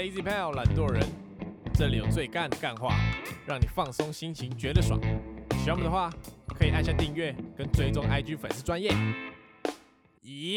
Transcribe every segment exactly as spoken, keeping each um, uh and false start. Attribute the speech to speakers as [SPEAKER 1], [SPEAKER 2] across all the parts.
[SPEAKER 1] Lazy Pal 懒惰人，这里有最干的干话，让你放松心情，觉得爽。喜欢我们的话，可以按下订阅跟追踪 I G 粉丝专页。咦、yeah ，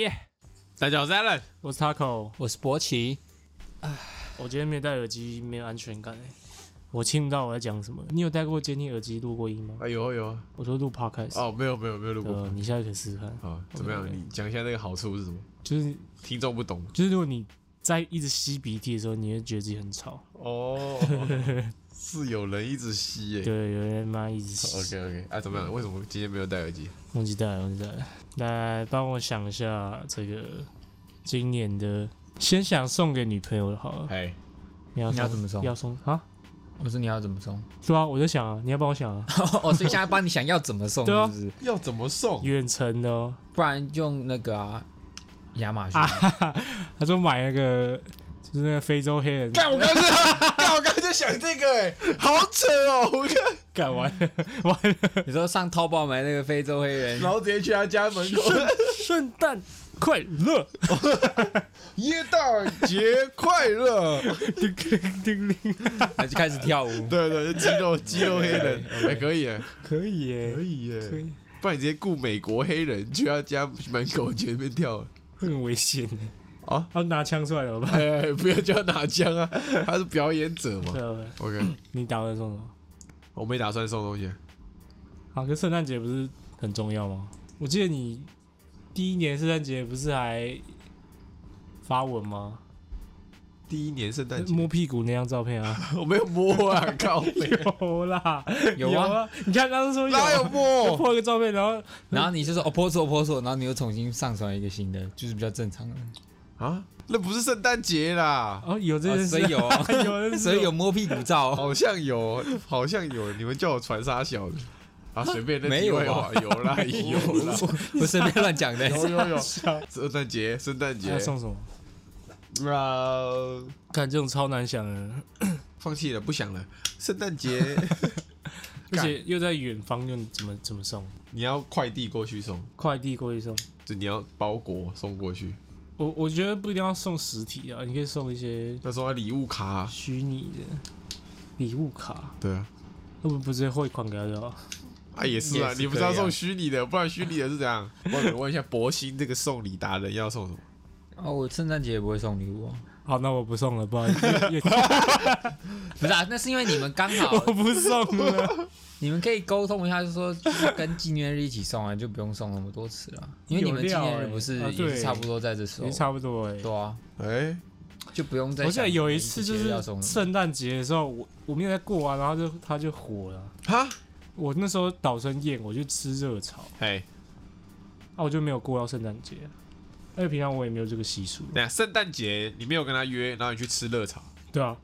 [SPEAKER 1] 大家好，我是 Alan，
[SPEAKER 2] 我是 Taco，
[SPEAKER 3] 我是博奇。
[SPEAKER 2] 我今天没有戴耳机，没有安全感哎，我听不到我在讲什么。你有戴过监听耳机录过音吗？
[SPEAKER 1] 啊，有有啊，
[SPEAKER 2] 我说录 podcast。
[SPEAKER 1] 哦，没有没有没有录过。
[SPEAKER 2] 呃，你现在可以试试看。
[SPEAKER 1] 好，怎么样？你讲一下那个好处是什么？
[SPEAKER 2] 就是
[SPEAKER 1] 听众不懂。
[SPEAKER 2] 就是如果你在一直吸鼻涕的时候，你会觉得自己很吵。
[SPEAKER 1] 哦，是有人一直吸耶、欸。
[SPEAKER 2] 对，有人妈一直吸。
[SPEAKER 1] OK OK， 啊，怎么样？为什么今天没有戴耳机？
[SPEAKER 2] 忘记戴了，忘记戴了。来帮我想一下这个今年的，先想送给女朋友的好了。
[SPEAKER 1] 哎，
[SPEAKER 2] 你要
[SPEAKER 3] 你要怎么送？
[SPEAKER 2] 要送啊？
[SPEAKER 3] 我说你要怎么送？
[SPEAKER 2] 对啊，我在想啊，你要帮我想啊。
[SPEAKER 3] 哦，所以现在帮你想要怎么送，
[SPEAKER 2] 对啊，
[SPEAKER 3] 是不是？
[SPEAKER 1] 要怎么送？
[SPEAKER 2] 远程的哦。
[SPEAKER 3] 不然用那个啊，亚马逊。
[SPEAKER 2] 啊哈哈，他说买那个就是那个非洲黑人。
[SPEAKER 1] 干，我刚才，干，我刚才就想这个、欸，哎，好扯哦！我看，
[SPEAKER 2] 干完了，完了。
[SPEAKER 3] 你说上淘宝买那个非洲黑人，
[SPEAKER 1] 然后直接去他家门口，
[SPEAKER 2] 圣诞快乐，
[SPEAKER 1] 耶诞节快乐！
[SPEAKER 2] 叮铃叮铃，
[SPEAKER 3] 然后就开始跳舞。
[SPEAKER 1] 对对，肌肉肌肉黑人，哎，可以耶，
[SPEAKER 2] 可以耶，
[SPEAKER 1] 可以耶，
[SPEAKER 2] 可以，
[SPEAKER 1] 不然你直接雇美国黑人去他家门口前面跳，
[SPEAKER 2] 会很危险耶。
[SPEAKER 1] 啊，
[SPEAKER 2] 他拿枪出来了吧？
[SPEAKER 1] 哎，不要叫他拿枪啊，他是表演者嘛。
[SPEAKER 2] 对啊，
[SPEAKER 1] OK，
[SPEAKER 2] 你打算送什么？
[SPEAKER 1] 我没打算送东西。
[SPEAKER 2] 啊，可圣诞节不是很重要吗？我记得你第一年圣诞节不是还发文吗？
[SPEAKER 1] 第一年圣诞节
[SPEAKER 2] 摸屁股那张照片啊，
[SPEAKER 1] 我没有摸啊，靠北，
[SPEAKER 2] 有啦，
[SPEAKER 3] 有啊，
[SPEAKER 2] 你看刚刚说有，
[SPEAKER 1] 哪有摸？
[SPEAKER 2] 破一个照片，然后
[SPEAKER 3] 然后你就说哦破错破错，然后你又重新上传一个新的，就是比较正常的。
[SPEAKER 1] 啊，那不是圣诞节啦，
[SPEAKER 2] 哦有这件事，
[SPEAKER 3] 哦所以有
[SPEAKER 2] 有人
[SPEAKER 3] 所以有摸屁股照。
[SPEAKER 1] 好像有，好像有，你们叫我传啥小的啊？随便，
[SPEAKER 3] 没有啊，
[SPEAKER 1] 有啦，有啦，
[SPEAKER 3] 我随便乱讲的。
[SPEAKER 1] 有有有，圣诞节，圣诞节
[SPEAKER 2] 要送什么？
[SPEAKER 1] 啊，
[SPEAKER 2] 看这种超难想的，
[SPEAKER 1] 放弃了，不想了。圣诞节，
[SPEAKER 2] 而且又在远方，又怎么怎么送？
[SPEAKER 1] 你要快递过去送，
[SPEAKER 2] 快递过去送？
[SPEAKER 1] 就你要包裹送过去。
[SPEAKER 2] 我我觉得不一定要送实体啊，你可以送一些
[SPEAKER 1] 那时候礼物卡啊，
[SPEAKER 2] 虚拟的礼物卡，
[SPEAKER 1] 对啊，
[SPEAKER 2] 那不不直接汇款给他就好？
[SPEAKER 1] 啊也是啊，
[SPEAKER 3] 也是
[SPEAKER 1] 你不是要送虚拟的，不然虚拟的是怎样？我问一下博兴这个送礼达人要送什么？
[SPEAKER 3] 哦，我圣诞节也不会送礼物哦。
[SPEAKER 2] 好，那我不送了，不好意思，
[SPEAKER 3] 不是啊，那是因为你们刚好
[SPEAKER 2] 我不送了。
[SPEAKER 3] 你们可以沟通一下，就说就是跟纪念日一起送啊，就不用送那么多次了。因为你们纪念日不是
[SPEAKER 2] 欸啊、
[SPEAKER 3] 也是差不多在这时候，
[SPEAKER 2] 也差不多哎、欸。
[SPEAKER 3] 对啊，
[SPEAKER 1] 哎，
[SPEAKER 3] 就不用再。
[SPEAKER 2] 我记得有一次就是
[SPEAKER 3] 要送
[SPEAKER 2] 圣诞节的时候，我我没有在过啊，然后就他就火了。
[SPEAKER 1] 哈，
[SPEAKER 2] 我那时候导生宴，我去吃热炒，
[SPEAKER 1] 哎，
[SPEAKER 2] 啊，我就没有过到圣诞节，而且平常我也没有这个习俗。
[SPEAKER 1] 等下圣诞节你没有跟他约，然后你去吃热炒，
[SPEAKER 2] 对啊，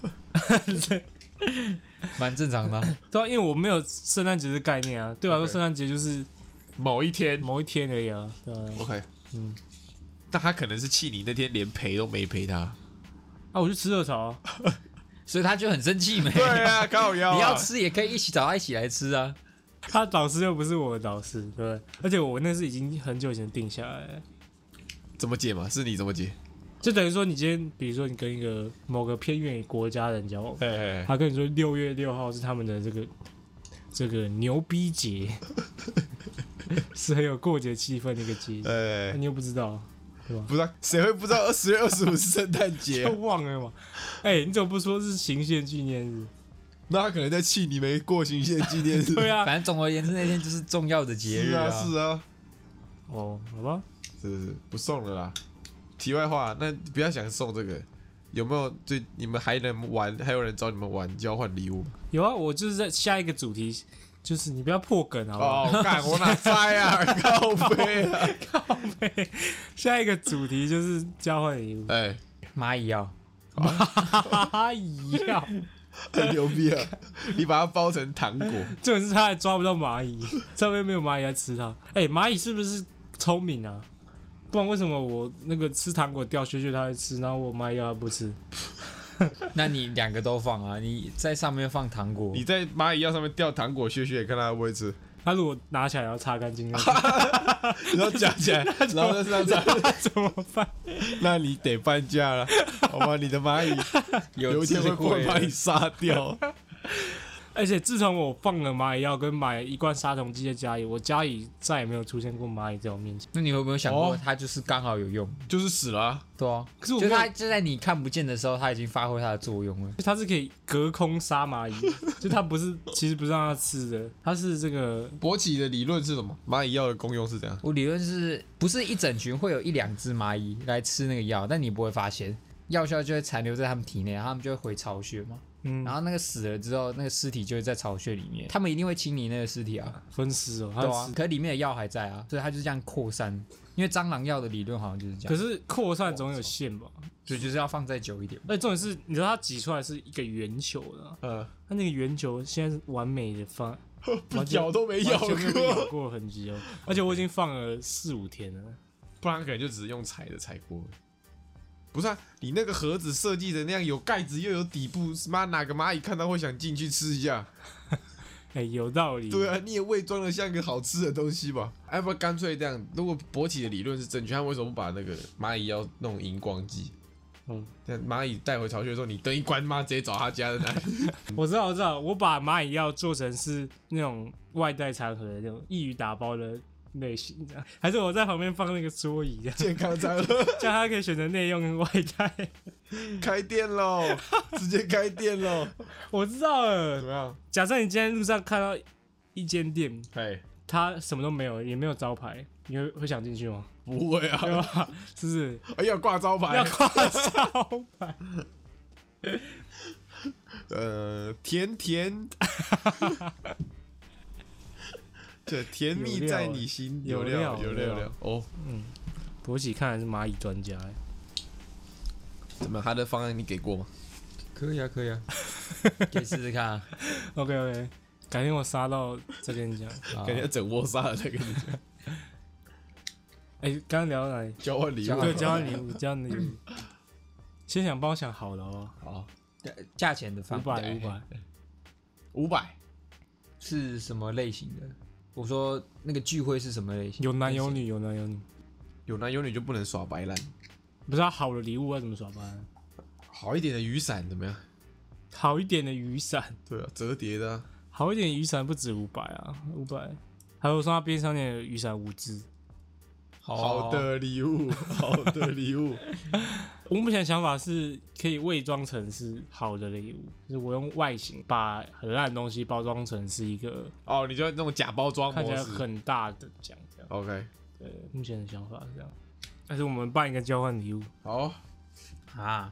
[SPEAKER 3] 蛮正常的啊。
[SPEAKER 2] 对啊，因为我没有圣诞节的概念啊，对我来说圣诞节就是
[SPEAKER 1] 某一天
[SPEAKER 2] 某一天而已啊，对啊，
[SPEAKER 1] ，OK，
[SPEAKER 2] 嗯，
[SPEAKER 1] 但他可能是气你那天连陪都没陪他。
[SPEAKER 2] 啊，我去吃热炒啊，
[SPEAKER 3] 所以他就很生气没？
[SPEAKER 1] 对啊，靠腰啊，
[SPEAKER 3] 你要吃也可以一起找他一起来吃啊。
[SPEAKER 2] 他导师又不是我的导师，对不对？而且我那是已经很久以前定下来了，
[SPEAKER 1] 怎么解嘛？是你怎么解？
[SPEAKER 2] 就等于说你今天，比如说你跟一个某个偏远国家的人交往，
[SPEAKER 1] 哎，
[SPEAKER 2] 他跟你说六月六号是他们的这个这个牛逼节，是很有过节气氛的一个节日，
[SPEAKER 1] 哎，
[SPEAKER 2] 你又不知道，对吧？
[SPEAKER 1] 不知道谁会不知道十月二十五是圣诞节
[SPEAKER 2] 就？忘了嘛？哎、欸，你怎么不说是行宪纪念日？
[SPEAKER 1] 那他可能在气你没过行宪纪念日。
[SPEAKER 2] 对啊，
[SPEAKER 3] 反正总而言之，那天就是重要的节日
[SPEAKER 1] 是啊，是啊，
[SPEAKER 2] 哦，好吧，
[SPEAKER 1] 是是不送了啦。题外话，那不要想送这个，有没有最你们还能玩？还有人找你们玩交换礼物？
[SPEAKER 2] 有啊，我就是在下一个主题，就是你不要破梗好不好？
[SPEAKER 1] 哦，干我哪猜啊，靠背啊，
[SPEAKER 2] 靠背，下一个主题就是交换礼物。
[SPEAKER 1] 哎，
[SPEAKER 3] 蚂蚁要
[SPEAKER 2] 蚂蚁要，
[SPEAKER 1] 很牛逼啊！你把它包成糖果，
[SPEAKER 2] 重点是他还抓不到蚂蚁，上面没有蚂蚁在吃它。哎、欸，蚂蚁是不是聪明啊？不然为什么我那个吃糖果掉屑屑它会吃，然后我蚂蚁要它不吃？
[SPEAKER 3] 那你两个都放啊，你在上面放糖果，
[SPEAKER 1] 你在蚂蚁药上面掉糖果屑屑，看它会不会吃？
[SPEAKER 2] 他如果拿起来要擦干净，
[SPEAKER 1] 然后夹起来，然后在身上擦，
[SPEAKER 2] 怎么办？
[SPEAKER 1] 那你得搬家了，好吧？你的蚂蚁有一天会不会把你杀掉？
[SPEAKER 2] 而且自从我放了蚂蚁药跟买一罐杀虫剂在家里，我家里再也没有出现过蚂蚁在我面前。
[SPEAKER 3] 那你会不会想过
[SPEAKER 1] 哦，
[SPEAKER 3] 它就是刚好有用？
[SPEAKER 1] 就是死了、啊。
[SPEAKER 3] 对啊，
[SPEAKER 2] 可是我没有
[SPEAKER 3] 就它就在你看不见的时候，它已经发挥它的作用了。
[SPEAKER 2] 它是可以隔空杀蚂蚁，就它不是，其实不是让它吃的，它是这个
[SPEAKER 1] 勃起的理论是什么？蚂蚁药的功用是怎样？
[SPEAKER 3] 我理论是不是一整群会有一两只蚂蚁来吃那个药，但你不会发现，药效就会残留在它们体内，然后它们就会回巢穴嘛。
[SPEAKER 2] 嗯
[SPEAKER 3] 然后那个死了之后，那个尸体就会在巢穴里面，他们一定会清理那个尸体啊，
[SPEAKER 2] 分尸哦，它
[SPEAKER 3] 对啊
[SPEAKER 2] 是。
[SPEAKER 3] 可里面的药还在啊，所以它就是这样扩散。因为蟑螂药的理论好像就是这样，
[SPEAKER 2] 可是扩散总有限吧？
[SPEAKER 3] 所以就是要放再久一点。
[SPEAKER 2] 而且重点是，你知道它挤出来是一个圆球的，
[SPEAKER 1] 呃，
[SPEAKER 2] 它那个圆球现在是完美的放，完全
[SPEAKER 1] 咬都没咬
[SPEAKER 2] 完全没有被咬
[SPEAKER 1] 过，
[SPEAKER 2] 过的痕迹哦。而且我已经放了四五天了。
[SPEAKER 1] 不然可能就只是用踩的踩过。不是啊，你那个盒子设计的那样有盖子又有底部，妈哪个蚂蚁看到会想进去吃一下？
[SPEAKER 2] 哎、有道理。
[SPEAKER 1] 对啊，你也伪装的像一个好吃的东西吧？哎，不干脆这样，如果勃起的理论是正确，他为什么不把那个蚂蚁要弄荧光剂？
[SPEAKER 2] 嗯，
[SPEAKER 1] 这样蚂蚁带回巢穴的时候，你灯一关，妈直接找他家的哪里？
[SPEAKER 2] 我知道，我知道，我把蚂蚁药做成是那种外带餐盒的那种一语打包的类型，这样，还是我在旁边放那个桌椅，这样，
[SPEAKER 1] 健康餐盒
[SPEAKER 2] 这样它可以选择内用跟外带。
[SPEAKER 1] 开店喽，直接开店喽！
[SPEAKER 2] 我知道了
[SPEAKER 1] 怎，么样？
[SPEAKER 2] 假设你今天路上看到一间店，
[SPEAKER 1] 哎，
[SPEAKER 2] 它什么都没有，也没有招牌，你会会想进去吗？
[SPEAKER 1] 不会
[SPEAKER 2] 对
[SPEAKER 1] 啊，
[SPEAKER 2] 吧？是不是？
[SPEAKER 1] 哎要挂招牌
[SPEAKER 2] 要，挂招牌。
[SPEAKER 1] 呃，甜甜，这甜蜜
[SPEAKER 2] 有料
[SPEAKER 1] 在你心，
[SPEAKER 2] 有
[SPEAKER 1] 料，
[SPEAKER 2] 料有料
[SPEAKER 1] 有料料哦。
[SPEAKER 2] 博喜看来是蚂蚁专家欸，
[SPEAKER 1] 怎么他的方案你给过吗？
[SPEAKER 3] 可以啊，可以啊，可以试试看啊。
[SPEAKER 2] OK OK，改天我杀到再跟你讲。
[SPEAKER 3] 好
[SPEAKER 1] 感觉整窝杀了再跟你讲。
[SPEAKER 2] 哎、刚刚聊到哪里？
[SPEAKER 1] 交换礼物，
[SPEAKER 2] 对，交换礼物，交换礼物。先想帮我想好了哦，
[SPEAKER 1] 好，
[SPEAKER 3] 价钱的
[SPEAKER 2] 五
[SPEAKER 3] 方
[SPEAKER 2] 百五百。
[SPEAKER 1] 五百，
[SPEAKER 3] 是什么类型的？我说那个聚会是什么类型？
[SPEAKER 2] 有男有女，有男有女。
[SPEAKER 1] 有男有女就不能耍白烂。
[SPEAKER 2] 不知道好的礼物要怎么耍办？
[SPEAKER 1] 好一点的雨伞怎么样？
[SPEAKER 2] 好一点的雨伞，
[SPEAKER 1] 对啊，折叠的、啊。
[SPEAKER 2] 好一点的雨伞不止五百啊，五百。还有送他边上面的雨伞五支。
[SPEAKER 3] 好
[SPEAKER 1] 好的礼物，好的礼物。
[SPEAKER 2] 我目前的想法是可以伪装成是好的礼物，就是我用外形把很烂的东西包装成是一个
[SPEAKER 1] 哦，你就那种假包装
[SPEAKER 2] 看起
[SPEAKER 1] 模式。
[SPEAKER 2] 来很大的奖，这样。
[SPEAKER 1] OK，
[SPEAKER 2] 对，目前的想法是这样。但是我们办一个交换礼物，
[SPEAKER 1] 好。
[SPEAKER 3] 啊，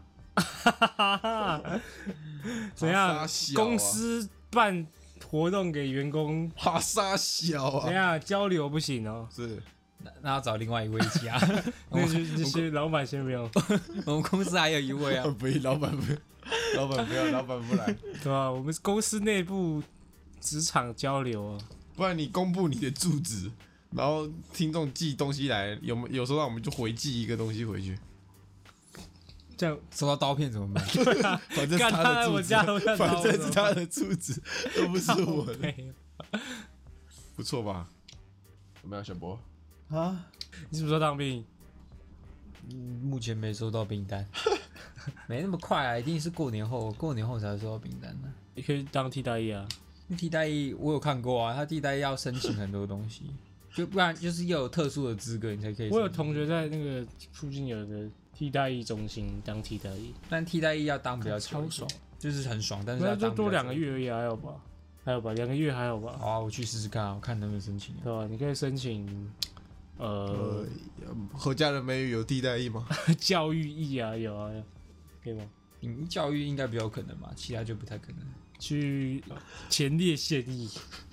[SPEAKER 2] 怎样？
[SPEAKER 1] 哈沙小啊
[SPEAKER 2] 公司办活动给员工，
[SPEAKER 1] 哈沙小啊，
[SPEAKER 2] 怎样交流不行哦？
[SPEAKER 1] 是
[SPEAKER 3] 那那要找另外一位一起啊。
[SPEAKER 2] 那就这些老板先不用，
[SPEAKER 3] 我们公司还有一位啊。
[SPEAKER 1] 不，老板不，老板不要，老板不来，
[SPEAKER 2] 对吧？我们公司内部职场交流啊，
[SPEAKER 1] 不然你公布你的住址，然后听众寄东西来，有没有时候让我们就回寄一个东西回去，
[SPEAKER 2] 这样
[SPEAKER 3] 收到刀片怎么办？
[SPEAKER 1] 反正是
[SPEAKER 2] 干
[SPEAKER 1] 他的住址
[SPEAKER 2] 他来我家，楼下找
[SPEAKER 1] 反
[SPEAKER 2] 我
[SPEAKER 1] 正是他的住址，又不是我的，
[SPEAKER 2] 没有
[SPEAKER 1] 不错吧？怎么样，小博？
[SPEAKER 3] 啊，
[SPEAKER 2] 你是不是要当兵？
[SPEAKER 3] 目前没收到订单，没那么快啊，一定是过年后，过年后才会收到订单的。
[SPEAKER 2] 你可以当替代役啊。
[SPEAKER 3] 替代役我有看过啊，他替代役要申请很多东西，就不然就是要有特殊的资格你才可以。
[SPEAKER 2] 我有同学在那个附近有个替代役中心当替代役，
[SPEAKER 3] 但替代役要当比较久
[SPEAKER 2] 超爽，
[SPEAKER 3] 就是很爽，但是
[SPEAKER 2] 那
[SPEAKER 3] 要当
[SPEAKER 2] 就多两个
[SPEAKER 3] 比较久。
[SPEAKER 2] 月而已啊，还有吧？还有吧，两个月还有吧？
[SPEAKER 3] 好啊，我去试试看啊，我看能不能申请啊。
[SPEAKER 2] 对吧？你可以申请呃
[SPEAKER 1] 呃，何家人美语有替代役吗？
[SPEAKER 2] 教育役啊，有啊，有可以吗？
[SPEAKER 3] 嗯，教育应该比较可能吧，其他就不太可能。
[SPEAKER 2] 去前列腺役。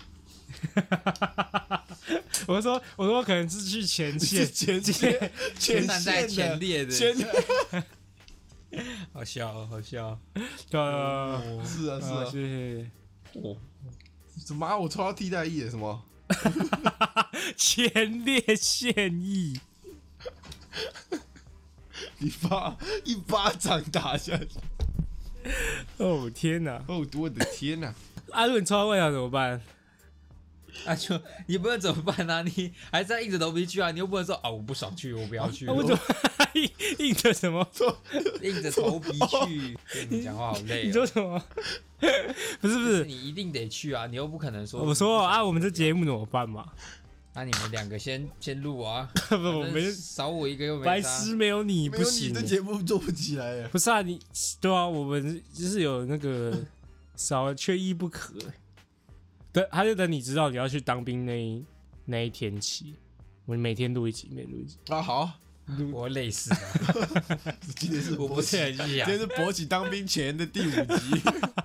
[SPEAKER 2] 我说我说可能是去前线
[SPEAKER 1] 前线前
[SPEAKER 3] 站在
[SPEAKER 1] 线的
[SPEAKER 3] 前列的，
[SPEAKER 1] 前
[SPEAKER 3] 好笑哦，好笑哦。
[SPEAKER 2] 呃，
[SPEAKER 1] 是啊是啊，
[SPEAKER 2] 谢谢。
[SPEAKER 1] 哦，怎么啊？我抽到替代役了什么？
[SPEAKER 2] 前列腺役，
[SPEAKER 1] 你把一巴掌打下去！
[SPEAKER 2] 哦天哪！
[SPEAKER 1] 哦，我的天哪！
[SPEAKER 2] 阿伦抽到外场怎么办？
[SPEAKER 3] 啊就你不能怎么办啊？你还是要硬着头皮去啊！你又不能说啊我不爽去，我不要去。
[SPEAKER 2] 啊、我怎么硬硬着什么？
[SPEAKER 3] 硬着头皮去，跟你讲话好累、哦。
[SPEAKER 2] 你说什么？不是不是，
[SPEAKER 3] 你一定得去啊！你又不可能说
[SPEAKER 2] 我说啊，我们这节目怎么办嘛？
[SPEAKER 3] 那、啊、你们两个先先录啊！
[SPEAKER 2] 不，我们
[SPEAKER 3] 少我一个又没
[SPEAKER 2] 白痴，没有你不行，
[SPEAKER 4] 没有你的节目做不起来呀。
[SPEAKER 2] 不是啊，你对啊，我们就是有那个少缺一不可。等他就等你知道你要去当兵那一那一天起，我们每天录一集，每天录一集
[SPEAKER 4] 啊。好，
[SPEAKER 3] 我累死了。
[SPEAKER 4] 今天是
[SPEAKER 3] 我不是很想，
[SPEAKER 4] 今天是博起当兵前的第五集，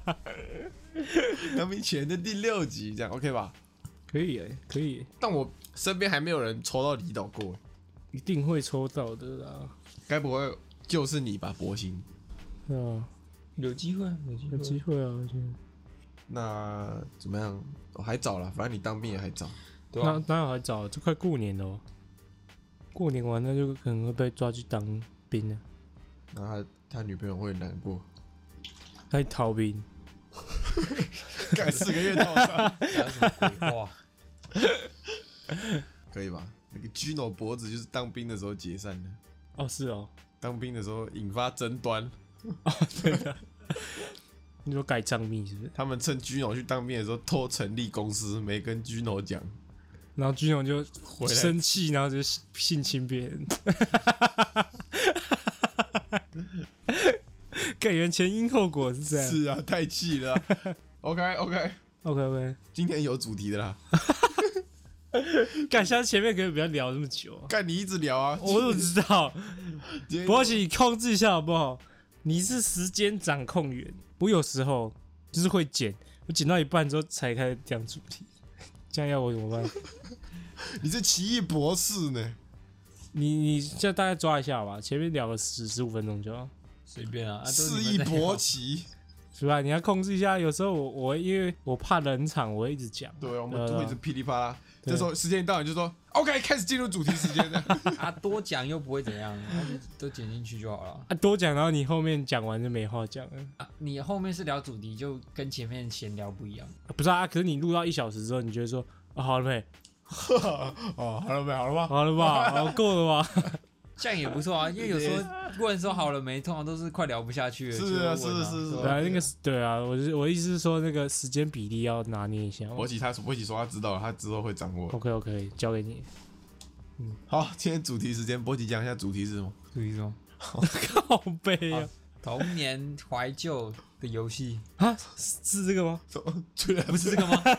[SPEAKER 4] 当兵前的第六集，这样 OK 吧？
[SPEAKER 2] 可以哎，可以。
[SPEAKER 4] 但我身边还没有人抽到离岛过，
[SPEAKER 2] 一定会抽到的啦。
[SPEAKER 4] 该不会就是你吧，博兴？
[SPEAKER 2] 对啊，
[SPEAKER 3] 有机会，有机会，
[SPEAKER 2] 有机会啊！我觉得。
[SPEAKER 4] 那怎么样？我、哦、还早啦，反正你当兵也还早。
[SPEAKER 3] 对啊，
[SPEAKER 2] 哪哪有还早？这快过年了、哦，过年完那就可能会被抓去当兵了。
[SPEAKER 4] 然后他他女朋友会难过，
[SPEAKER 2] 他逃兵，
[SPEAKER 4] 干四个月套餐，
[SPEAKER 3] 讲什么鬼话？
[SPEAKER 4] 可以吧？那个 Gino 脖子就是当兵的时候解散的。
[SPEAKER 2] 哦，是哦，
[SPEAKER 4] 当兵的时候引发争端。
[SPEAKER 2] 哦，对的。你说改账密是不是？
[SPEAKER 4] 他们趁 Gino 去当兵的时候偷成立公司，没跟 Gino 讲，
[SPEAKER 2] 然后 Gino 就生气，然后就性侵别人。感觉前因后果是这样。
[SPEAKER 4] 是啊，太气了、啊。OK OK
[SPEAKER 2] OK OK，
[SPEAKER 4] 今天有主题的啦。
[SPEAKER 2] 干，现在前面可以不要聊这么久、啊。
[SPEAKER 4] 干，你一直聊啊，
[SPEAKER 2] 我怎么知道？博起，你控制一下好不好？你是时间掌控员，我有时候就是会剪，我剪到一半之后才开始讲主题，这样要我怎么办？
[SPEAKER 4] 你是奇异博士呢？
[SPEAKER 2] 你你就大概抓一下吧，前面聊个十十五分钟就好，
[SPEAKER 3] 随便啊，
[SPEAKER 4] 肆意博奇，
[SPEAKER 2] 是吧？你要控制一下，有时候我我因为我怕冷场，我会一直讲。
[SPEAKER 4] 对，我们就会一直噼里啪啦。
[SPEAKER 2] 对
[SPEAKER 4] 这时候时间一到，你就说 OK， 开始进入主题时间了。
[SPEAKER 3] 啊，多讲又不会怎样，那就都剪进去就好了。
[SPEAKER 2] 啊，多讲，然后你后面讲完就没话讲了。
[SPEAKER 3] 啊，你后面是聊主题，就跟前面闲聊不一样。
[SPEAKER 2] 啊不是啊，可是你录到一小时之后，你觉得说啊好了没？
[SPEAKER 4] 哦，好了没？好了吗？
[SPEAKER 2] 好了吧？好够了吧？
[SPEAKER 3] 这样也不错啊，因为有时候问说好了没，通常都是快聊不下去了。
[SPEAKER 4] 是啊，
[SPEAKER 3] 就会问啊
[SPEAKER 4] 是是是。
[SPEAKER 2] 对啊，那个对啊，我是我意思是说那个时间比例要拿捏一下。
[SPEAKER 4] 博奇他博奇说他知道了，他之后会掌握。
[SPEAKER 2] OK OK， 交给你。
[SPEAKER 4] 好，今天主题时间，博奇讲一下主题是什么？
[SPEAKER 3] 主题是什么？
[SPEAKER 2] 靠背啊！
[SPEAKER 3] 童年怀旧的游戏
[SPEAKER 2] 啊，是这个吗
[SPEAKER 4] 对啊，
[SPEAKER 3] 不是这个吗？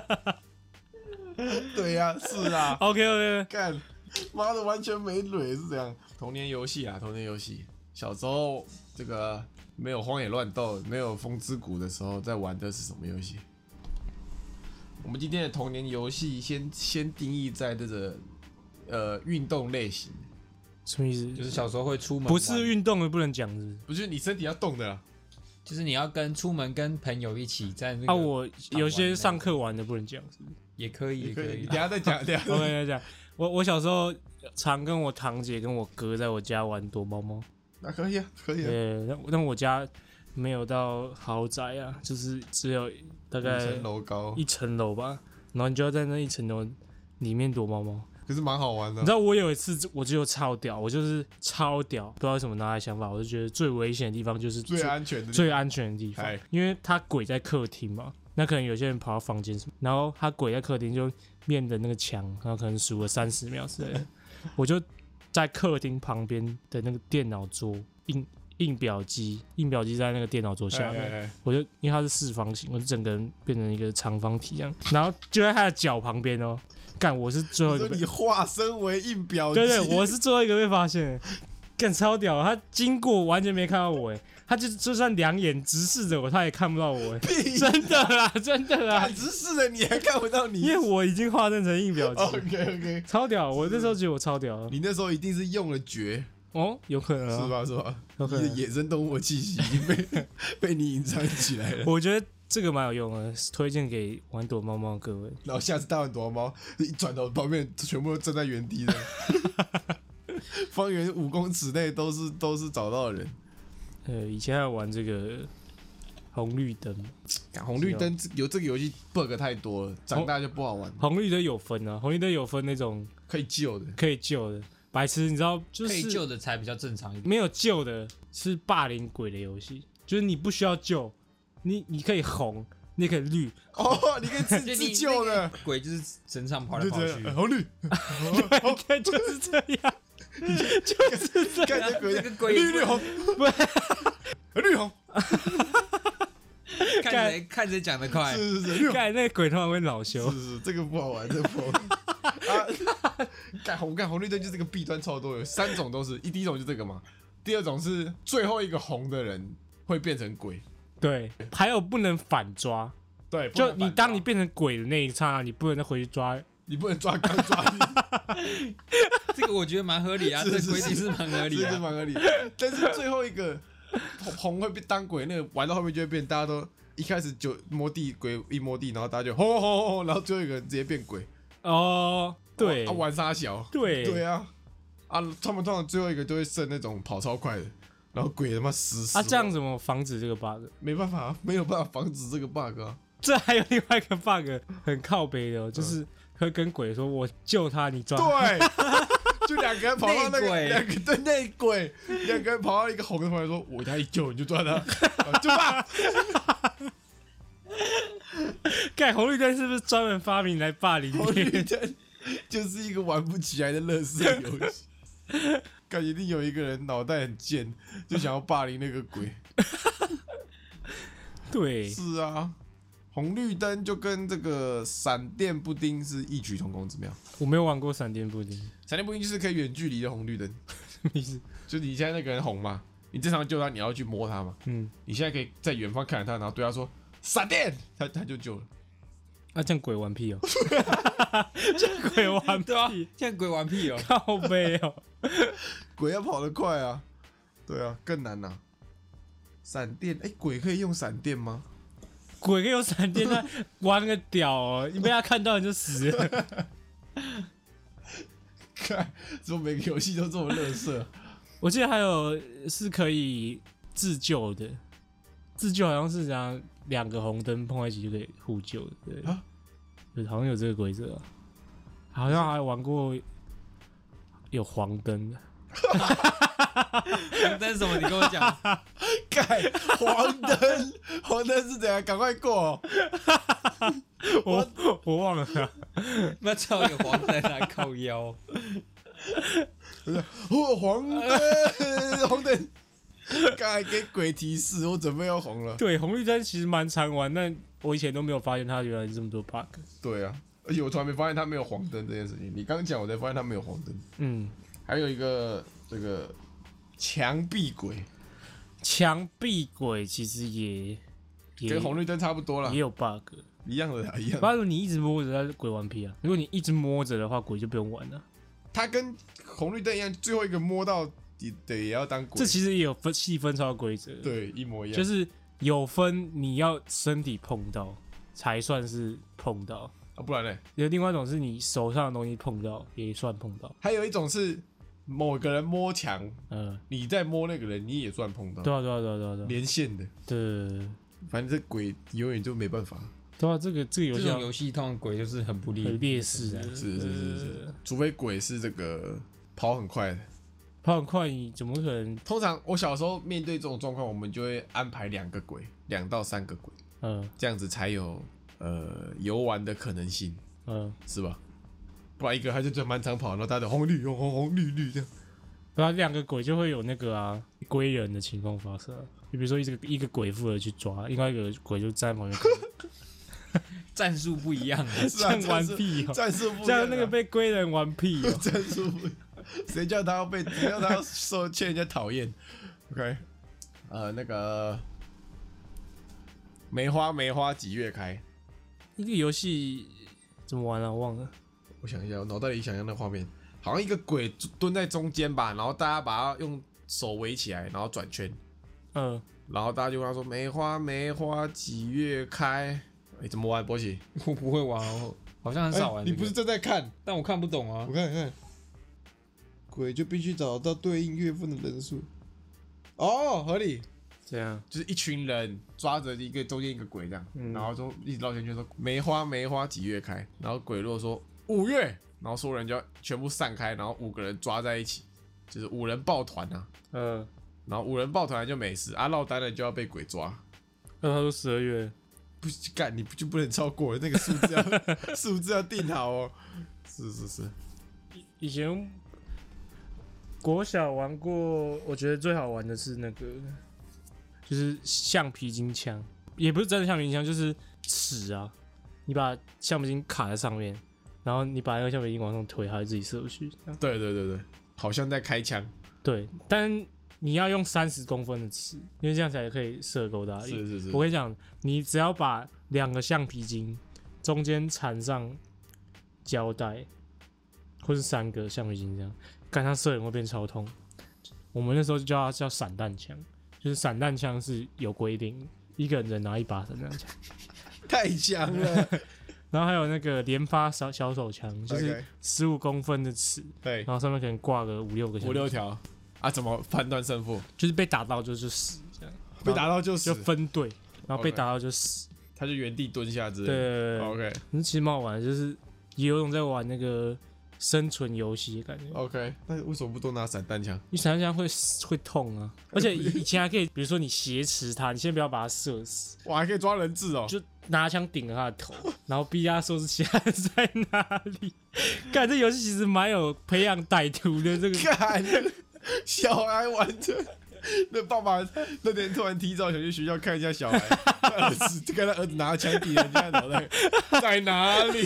[SPEAKER 4] 对呀、啊，是啊。
[SPEAKER 2] ？OK OK，
[SPEAKER 4] 干，妈的，完全没蕊是这样。童年游戏啊，童年游戏，小时候这个没有荒野乱斗，没有风之谷的时候，在玩的是什么游戏？我们今天的童年游戏先先定义在这个呃运动类型，
[SPEAKER 2] 什么意思？
[SPEAKER 3] 就是小时候会出门，
[SPEAKER 2] 不是运动的不能讲是不是？
[SPEAKER 4] 不是你身体要动的啦。
[SPEAKER 3] 就是你要跟出门跟朋友一起在那个
[SPEAKER 2] 啊，我有些上课玩的不能讲是不是
[SPEAKER 3] 也可以，也可以
[SPEAKER 4] 你等一。下再讲，等一下。
[SPEAKER 2] ？OK，再讲。我我小时候常跟我堂姐跟我哥在我家玩躲猫猫。
[SPEAKER 4] 那可以啊，可以啊。
[SPEAKER 2] 对，但但我家没有到豪宅啊，就是只有大概
[SPEAKER 4] 五层楼高，
[SPEAKER 2] 一层楼吧，然后你就要在那一层楼里面躲猫猫。
[SPEAKER 4] 可是蛮好玩的。
[SPEAKER 2] 你知道我有一次我就超屌，我就是超屌，不知道为什么拿来想法，我就觉得最危险的地方就是
[SPEAKER 4] 最安全的地方，
[SPEAKER 2] 最安全的地方
[SPEAKER 4] 嗨，
[SPEAKER 2] 因为他鬼在客厅嘛，那可能有些人跑到房间什么，然后他鬼在客厅就面的那个墙，然后可能数了三十秒之类的，我就在客厅旁边的那个电脑桌印印表机，印表机在那个电脑桌下面，
[SPEAKER 4] 哎哎哎
[SPEAKER 2] 我就因为它是四方形，我就整个人变成一个长方体这样，然后就在他的脚旁边哦，干我是最后一个被
[SPEAKER 4] 你说你化身为印表机，
[SPEAKER 2] 对对，我是最后一个被发现的，干超屌！他经过完全没看到我，哎，他就就算两眼直视着我，他也看不到我，哎，
[SPEAKER 4] 屁
[SPEAKER 2] 真的啦，真的啦
[SPEAKER 4] 干，直视的你还看不到你，
[SPEAKER 2] 因为我已经化身成印表机，
[SPEAKER 4] OK OK，
[SPEAKER 2] 超屌！我那时候觉得我超屌，
[SPEAKER 4] 你那时候一定是用了绝，
[SPEAKER 2] 哦，有可能、啊，
[SPEAKER 4] 是？吧？是吧？
[SPEAKER 2] 有可能。
[SPEAKER 4] 你的野生动物的气息已经被被你隐藏起来了。
[SPEAKER 2] 我觉得这个蛮有用的，推荐给玩躲猫猫的各位。
[SPEAKER 4] 然后下次大玩躲猫，一转头旁边全部都站在原地的，方圆五公尺内都是都是找到的人。
[SPEAKER 2] 呃，以前还有玩这个， 红绿灯，
[SPEAKER 4] 红绿灯有这个游戏 bug 太多了，长大就不好玩。
[SPEAKER 2] 红绿灯有分啊，红绿灯有分那种
[SPEAKER 4] 可以救的，
[SPEAKER 2] 可以救的，白痴，你知道就是
[SPEAKER 3] 可以救的才比较正常一点。
[SPEAKER 2] 没有救的是霸凌鬼的游戏，就是你不需要救，你你可以红，你也可以绿，
[SPEAKER 4] 哦，你可以自己自救的。
[SPEAKER 3] 鬼就是身上跑来跑去，
[SPEAKER 4] 红绿，
[SPEAKER 2] 对，就是这样，就是这样。
[SPEAKER 4] 看这鬼，
[SPEAKER 3] 这个鬼
[SPEAKER 4] 绿绿红，
[SPEAKER 2] 不
[SPEAKER 4] 绿红，
[SPEAKER 3] 看谁看谁讲得快。
[SPEAKER 4] 是是是，
[SPEAKER 2] 干那个鬼通常会恼羞。
[SPEAKER 4] 是是，这个不好玩，这个不好玩。啊，干红干红绿灯就是这个弊端超多，有三种都是，一第一种就这个嘛，第二种是最后一个红的人会变成鬼，
[SPEAKER 2] 对，还有不能反抓，
[SPEAKER 4] 对，
[SPEAKER 2] 就你当你变成鬼的那一刹那，你不能再回去抓。
[SPEAKER 4] 你不能抓刚抓你，
[SPEAKER 3] 这个我觉得蛮合理啊，这规定是蛮合理
[SPEAKER 4] 这是
[SPEAKER 3] 的，
[SPEAKER 4] 蛮合理。但是最后一个红红会被当鬼，那个玩到后面就会变，大家都一开始就摸地，鬼一摸地，然后大家就轰轰轰，然后最后一个人直接变鬼。
[SPEAKER 2] 哦，对，
[SPEAKER 4] 啊，玩沙小，
[SPEAKER 2] 对
[SPEAKER 4] 对啊，啊，他们通常最后一个都会剩那种跑超快的，然后鬼他妈死死。
[SPEAKER 2] 啊，这样怎么防止这个 bug？
[SPEAKER 4] 没办法，没有办法防止这个 bug 啊。
[SPEAKER 2] 这还有另外一个 bug 很靠北的、哦，就是会跟鬼说：“我救他，你抓。”
[SPEAKER 4] 对，就两个人跑到那个
[SPEAKER 3] 内鬼
[SPEAKER 4] 两个对内鬼，两个人跑到一个红的旁边说：“我他一救你就抓他，啊就吧。”
[SPEAKER 2] 盖红绿灯是不是专门发明来霸凌
[SPEAKER 4] 红
[SPEAKER 2] 别人？
[SPEAKER 4] 绿灯就是一个玩不起来的乐色游戏。感觉一定有一个人脑袋很贱，就想要霸凌那个鬼。
[SPEAKER 2] 对，
[SPEAKER 4] 是啊，红绿灯就跟这个闪电布丁是异曲同工之妙。
[SPEAKER 2] 我没有玩过闪电布丁，
[SPEAKER 4] 闪电布丁就是可以远距离的红绿灯，
[SPEAKER 2] 什么意思？
[SPEAKER 4] 就你现在那个人红嘛，你正常救他，你要去摸他嘛，
[SPEAKER 2] 嗯，
[SPEAKER 4] 你现在可以在远方看着他，然后对他说闪电，他他就救了。
[SPEAKER 2] 啊，这样鬼玩屁哦，这样鬼玩
[SPEAKER 3] 对啊
[SPEAKER 2] 屁，，
[SPEAKER 3] 像鬼玩屁哦，
[SPEAKER 2] 靠背哦，
[SPEAKER 4] 鬼要跑得快啊，对啊，更难呐、啊。闪电，哎、欸，鬼可以用闪电吗？
[SPEAKER 2] 鬼可以有闪电，他玩个屌哦，你被他看到你就死了。
[SPEAKER 4] 看，怎么每个游戏都这么垃圾？
[SPEAKER 2] 我记得还有是可以自救的，自救好像是这样，两个红灯碰在一起就可以互救的，对，
[SPEAKER 4] 啊
[SPEAKER 2] 有好像有这个规则、啊，好像还玩过有黄灯的。
[SPEAKER 3] 黄灯什么？你跟我讲，
[SPEAKER 4] 盖黄灯，黄灯是怎样？赶快过、哦！
[SPEAKER 2] 我我忘了啦，
[SPEAKER 3] 那超有黄灯啊，靠腰。
[SPEAKER 4] 哦，黄灯，黄灯，刚才给鬼提示，我准备要红了。
[SPEAKER 2] 对，红绿灯其实蛮常玩，但我以前都没有发现它原来这么多 bug。
[SPEAKER 4] 对啊，而且我从来没发现他没有黄灯这件事情。你刚讲，我才发现他没有黄灯。
[SPEAKER 2] 嗯，
[SPEAKER 4] 还有一个这个墙壁鬼，
[SPEAKER 2] 墙壁鬼其实也也
[SPEAKER 4] 跟红绿灯差不多啦，
[SPEAKER 2] 也有 bug。
[SPEAKER 4] 一样的啦，一样的。
[SPEAKER 2] 不然你一直摸着，它鬼玩屁啊！如果你一直摸着的话，鬼就不用玩了。
[SPEAKER 4] 它跟红绿灯一样，最后一个摸到底的也要当鬼。
[SPEAKER 2] 这其实也有分细分超规则，，
[SPEAKER 4] 对，一模一样。
[SPEAKER 2] 就是有分你要身体碰到才算是碰到，
[SPEAKER 4] 啊，不然呢？
[SPEAKER 2] 有另外一种是你手上的东西碰到也算碰到。
[SPEAKER 4] 还有一种是某个人摸墙，
[SPEAKER 2] 嗯，
[SPEAKER 4] 你在摸那个人，你也算碰到。
[SPEAKER 2] 对啊，对啊，对啊，对啊，对啊，
[SPEAKER 4] 连线的，
[SPEAKER 2] 对，
[SPEAKER 4] 反正这鬼永远就没办法。
[SPEAKER 2] 对啊，这个这个游戏
[SPEAKER 3] 这种游戏通常鬼就是很不利，
[SPEAKER 2] 很劣势啊，
[SPEAKER 4] 是是是是，除非鬼是这个跑很快的。
[SPEAKER 2] 跑很快，你怎么可能？
[SPEAKER 4] 通常我小时候面对这种状况，我们就会安排两个鬼，两到三个鬼，
[SPEAKER 2] 嗯
[SPEAKER 4] 这样子才有呃游玩的可能性，
[SPEAKER 2] 嗯，
[SPEAKER 4] 是吧？不然一个他就在满场跑，然后大家就红绿红红红绿绿这样。
[SPEAKER 2] 对啊，两个鬼就会有那个啊归人的情况发生啊。就比如说一个一个鬼负责去抓，另外一个鬼就站在旁边看。
[SPEAKER 3] 战术不一样啊。
[SPEAKER 4] 是啊，
[SPEAKER 2] 这样玩屁哦、
[SPEAKER 4] 战术不一样啊，
[SPEAKER 2] 这样那个被归人玩屁哦、
[SPEAKER 4] 战术不一样，谁叫他要被，谁叫他要受欠人家讨厌 ？OK， 呃，那个梅花梅花几月开？
[SPEAKER 2] 一个游戏怎么玩啊？我忘了。
[SPEAKER 4] 我想一下，我脑袋里想象那画面，好像一个鬼蹲在中间吧，然后大家把他用手围起来，然后转圈，
[SPEAKER 2] 嗯，
[SPEAKER 4] 然后大家就问他说：“梅花梅花几月开？”哎、欸，怎么玩？波奇，
[SPEAKER 3] 我不会玩哦，好像很少玩、
[SPEAKER 4] 欸。你不是正在看？
[SPEAKER 3] 但我看不懂啊。
[SPEAKER 4] 我看看，鬼就必须找到对应月份的人数。哦，合理。
[SPEAKER 2] 这样
[SPEAKER 4] 就是一群人抓着一个中间一个鬼这样，
[SPEAKER 2] 嗯
[SPEAKER 4] 然后就一直绕圈圈说梅花梅花几月开，然后鬼落说五月，然后所有人就要全部散开，然后五个人抓在一起，就是五人抱团啊，
[SPEAKER 2] 呃，
[SPEAKER 4] 然后五人抱团就没事，啊落单了就要被鬼抓，
[SPEAKER 2] 那他说十二月，
[SPEAKER 4] 不干你就不能超过那个数字要数字要定好哦，是是是，
[SPEAKER 2] 以前国小玩过，我觉得最好玩的是那个，就是橡皮筋枪，也不是真的橡皮筋枪，就是尺啊，你把橡皮筋卡在上面，然后你把那个橡皮筋往上推，它会自己射出去。这样
[SPEAKER 4] 对对对对，好像在开枪，
[SPEAKER 2] 对，但你要用三十公分的尺，因为这样才可以射够大力。
[SPEAKER 4] 是是是，
[SPEAKER 2] 我跟你讲，你只要把两个橡皮筋中间缠上胶带，或是三个橡皮筋这样，干它射人会变超痛。我们那时候就叫它叫散弹枪，就是散弹枪是有规定，一个人只能拿一把散弹枪。
[SPEAKER 4] 太强了，
[SPEAKER 2] 然后还有那个连发小小手枪，就是
[SPEAKER 4] OK
[SPEAKER 2] 十五公分的尺，
[SPEAKER 4] 对
[SPEAKER 2] 然，后上面可能挂个五六个橡皮筋
[SPEAKER 4] 五六条啊，怎么判断胜负？
[SPEAKER 2] 就是被打到就是死这样，
[SPEAKER 4] 被打到就死
[SPEAKER 2] 就，分队，然后被
[SPEAKER 4] OK
[SPEAKER 2] 打到就死。
[SPEAKER 4] 他就原地蹲下之类
[SPEAKER 2] 对
[SPEAKER 4] 的。
[SPEAKER 2] 对对对，
[SPEAKER 4] OK
[SPEAKER 2] 那其实蛮好玩的，就是也有种在玩那个生存游戏的感觉。
[SPEAKER 4] OK，那为什么不都拿散弹枪？
[SPEAKER 2] 你散弹枪会会痛啊，而且以以前还可以，比如说你挟持他，你先不要把他射死，
[SPEAKER 4] 我还可以抓人质哦。
[SPEAKER 2] 就拿枪顶着他的头，然后逼他说是其他人在哪里。干，这游戏其实蛮有培养歹徒的这个。
[SPEAKER 4] 干，小孩玩的。那爸爸那天突然提早想去学校看一下小孩，他儿子看他儿子拿枪抵人家脑袋，在哪里？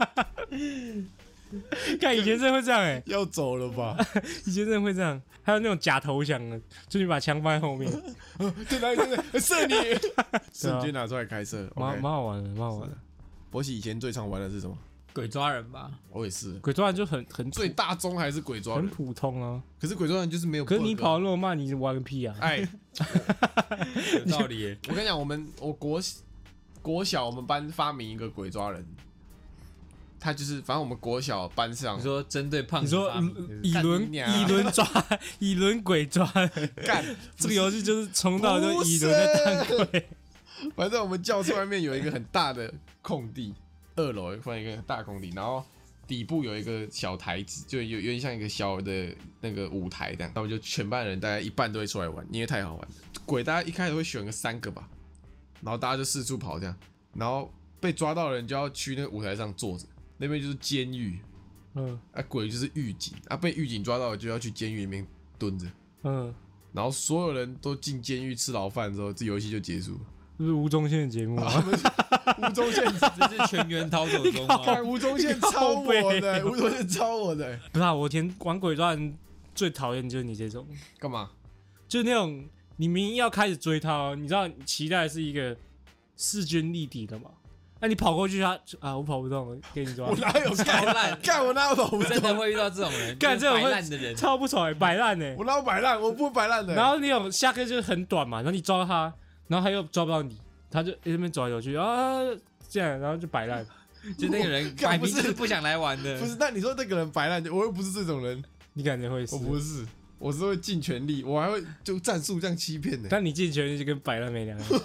[SPEAKER 2] 看以前真的会这样哎、欸，
[SPEAKER 4] 要走了吧？
[SPEAKER 2] 以前真的会这样。还有那种假投降的，就你把枪放在后面，
[SPEAKER 4] 在哪里？在哪里？射你！瞬间拿出来开射。
[SPEAKER 2] 蛮
[SPEAKER 4] OK，
[SPEAKER 2] 蛮好玩的，蛮好玩的。
[SPEAKER 4] 博喜以前最常玩的是什么？
[SPEAKER 3] 鬼抓人吧，
[SPEAKER 4] 我也是，
[SPEAKER 2] 鬼抓人就很很
[SPEAKER 4] 最大宗还是鬼抓人。
[SPEAKER 2] 很普通啊，
[SPEAKER 4] 可是鬼抓人就是没有 bug 啊。
[SPEAKER 2] 可是你跑那么慢，你玩个屁啊！
[SPEAKER 4] 哎，
[SPEAKER 3] 有道理耶。
[SPEAKER 4] 我跟你讲，我们我国国小我们班发明一个鬼抓人，他就是反正我们国小班上
[SPEAKER 3] 你说针对胖
[SPEAKER 2] 你说
[SPEAKER 3] 子发明的
[SPEAKER 2] 以轮
[SPEAKER 4] 干你娘
[SPEAKER 2] 以轮抓以轮鬼抓人，
[SPEAKER 4] 干
[SPEAKER 2] 这个游戏就是从到就
[SPEAKER 4] 不
[SPEAKER 2] 以轮在当鬼。
[SPEAKER 4] 反正我们教室外面有一个很大的空地，二楼放一个很大的空地，然后底部有一个小台子，就有有点像一个小的那个舞台这样。那我就全班人大概一半都会出来玩，因为太好玩了。鬼大家一开始会选个三个吧，然后大家就四处跑这样，然后被抓到的人就要去那个舞台上坐着，那边就是监狱，
[SPEAKER 2] 嗯
[SPEAKER 4] 啊鬼就是狱警，啊被狱警抓到的就要去监狱里面蹲着，
[SPEAKER 2] 嗯，
[SPEAKER 4] 然后所有人都进监狱吃牢饭之后，这游戏就结束了。
[SPEAKER 2] 这是吴宗宪的节目啊。
[SPEAKER 4] 吴宗宪，
[SPEAKER 3] 这是全员逃走中吗？
[SPEAKER 4] 看吴宗宪抄我的，吴宗宪抄我的，
[SPEAKER 2] 不是啊，我以前玩鬼抓人最讨厌就是你这种，
[SPEAKER 4] 干嘛？
[SPEAKER 2] 就是那种你明明要开始追他哦，你知道你期待是一个势均力敌的嘛？那、你跑过去他啊，我跑不动了，给你抓
[SPEAKER 4] 我。哪有
[SPEAKER 3] 超
[SPEAKER 4] 干？
[SPEAKER 3] 烂，
[SPEAKER 4] 干我哪有跑不
[SPEAKER 3] 真的
[SPEAKER 4] 动？
[SPEAKER 3] 会遇到这种人，
[SPEAKER 2] 干这种会
[SPEAKER 3] 摆烂的人。
[SPEAKER 2] 超不爽、欸，摆烂呢。
[SPEAKER 4] 我哪有摆烂？我不摆烂的。
[SPEAKER 2] 然后你有下课就是很短嘛，然后你抓到他，然后他又抓不到你，他就在那边走来走去啊，这样，然后就摆烂。
[SPEAKER 3] 就那个人摆明
[SPEAKER 4] 干不是
[SPEAKER 3] 就是不想来玩的。
[SPEAKER 4] 不是，那你说那个人摆烂，我又不是这种人，
[SPEAKER 2] 你感觉会是
[SPEAKER 4] 我？不是，我是会尽全力，我还会就战术这样欺骗的。
[SPEAKER 2] 但你进全就跟摆烂没两样。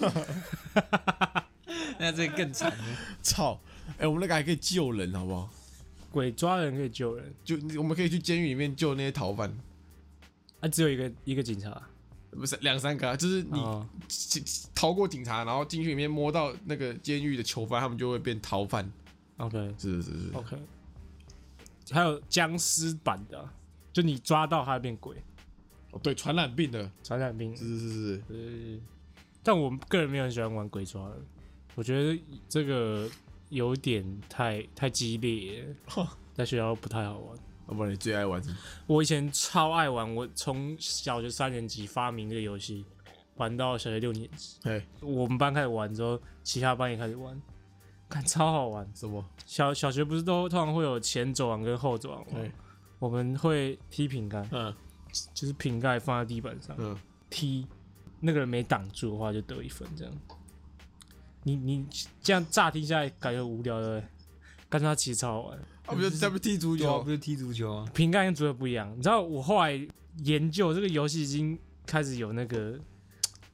[SPEAKER 3] 那这个更惨了。
[SPEAKER 4] 操！哎、我们那个还可以救人，好不好？
[SPEAKER 2] 鬼抓人可以救人，
[SPEAKER 4] 就我们可以去监狱里面救那些逃犯，
[SPEAKER 2] 啊，只有一个一个警察。
[SPEAKER 4] 不是两三个、啊，就是你
[SPEAKER 2] 哦
[SPEAKER 4] 逃过警察，然后进去里面摸到那个监狱的囚犯，他们就会变逃犯。
[SPEAKER 2] OK
[SPEAKER 4] 是是是，
[SPEAKER 2] OK，还有僵尸版的啊、就你抓到他会变鬼，
[SPEAKER 4] 哦对，传染病的，
[SPEAKER 2] 传染病。
[SPEAKER 4] 是是是，
[SPEAKER 2] 呃，但我个人没有很喜欢玩鬼抓人，我觉得这个有点太太激烈了，在学校不太好玩。
[SPEAKER 4] 要不然你最爱玩什么？
[SPEAKER 2] 我以前超爱玩，我从小学三年级发明这个游戏，玩到小学六年级。
[SPEAKER 4] 嘿，
[SPEAKER 2] 我们班开始玩之后，其他班也开始玩，看超好玩。
[SPEAKER 4] 什么？
[SPEAKER 2] 小小学不是都通常会有前走廊跟后走廊吗
[SPEAKER 4] 嘿？
[SPEAKER 2] 我们会踢瓶盖，
[SPEAKER 4] 嗯
[SPEAKER 2] 就是瓶盖放在地板上，
[SPEAKER 4] 嗯，
[SPEAKER 2] 踢那个人没挡住的话就得一分，这样。你你这样乍听下来感觉无聊的，但是它其实超好玩。
[SPEAKER 4] 啊不就在不踢足
[SPEAKER 3] 对啊，
[SPEAKER 4] 球
[SPEAKER 3] 不？是踢足球啊？
[SPEAKER 2] 瓶盖跟足球不一样，你知道我后来研究这个游戏已经开始有那个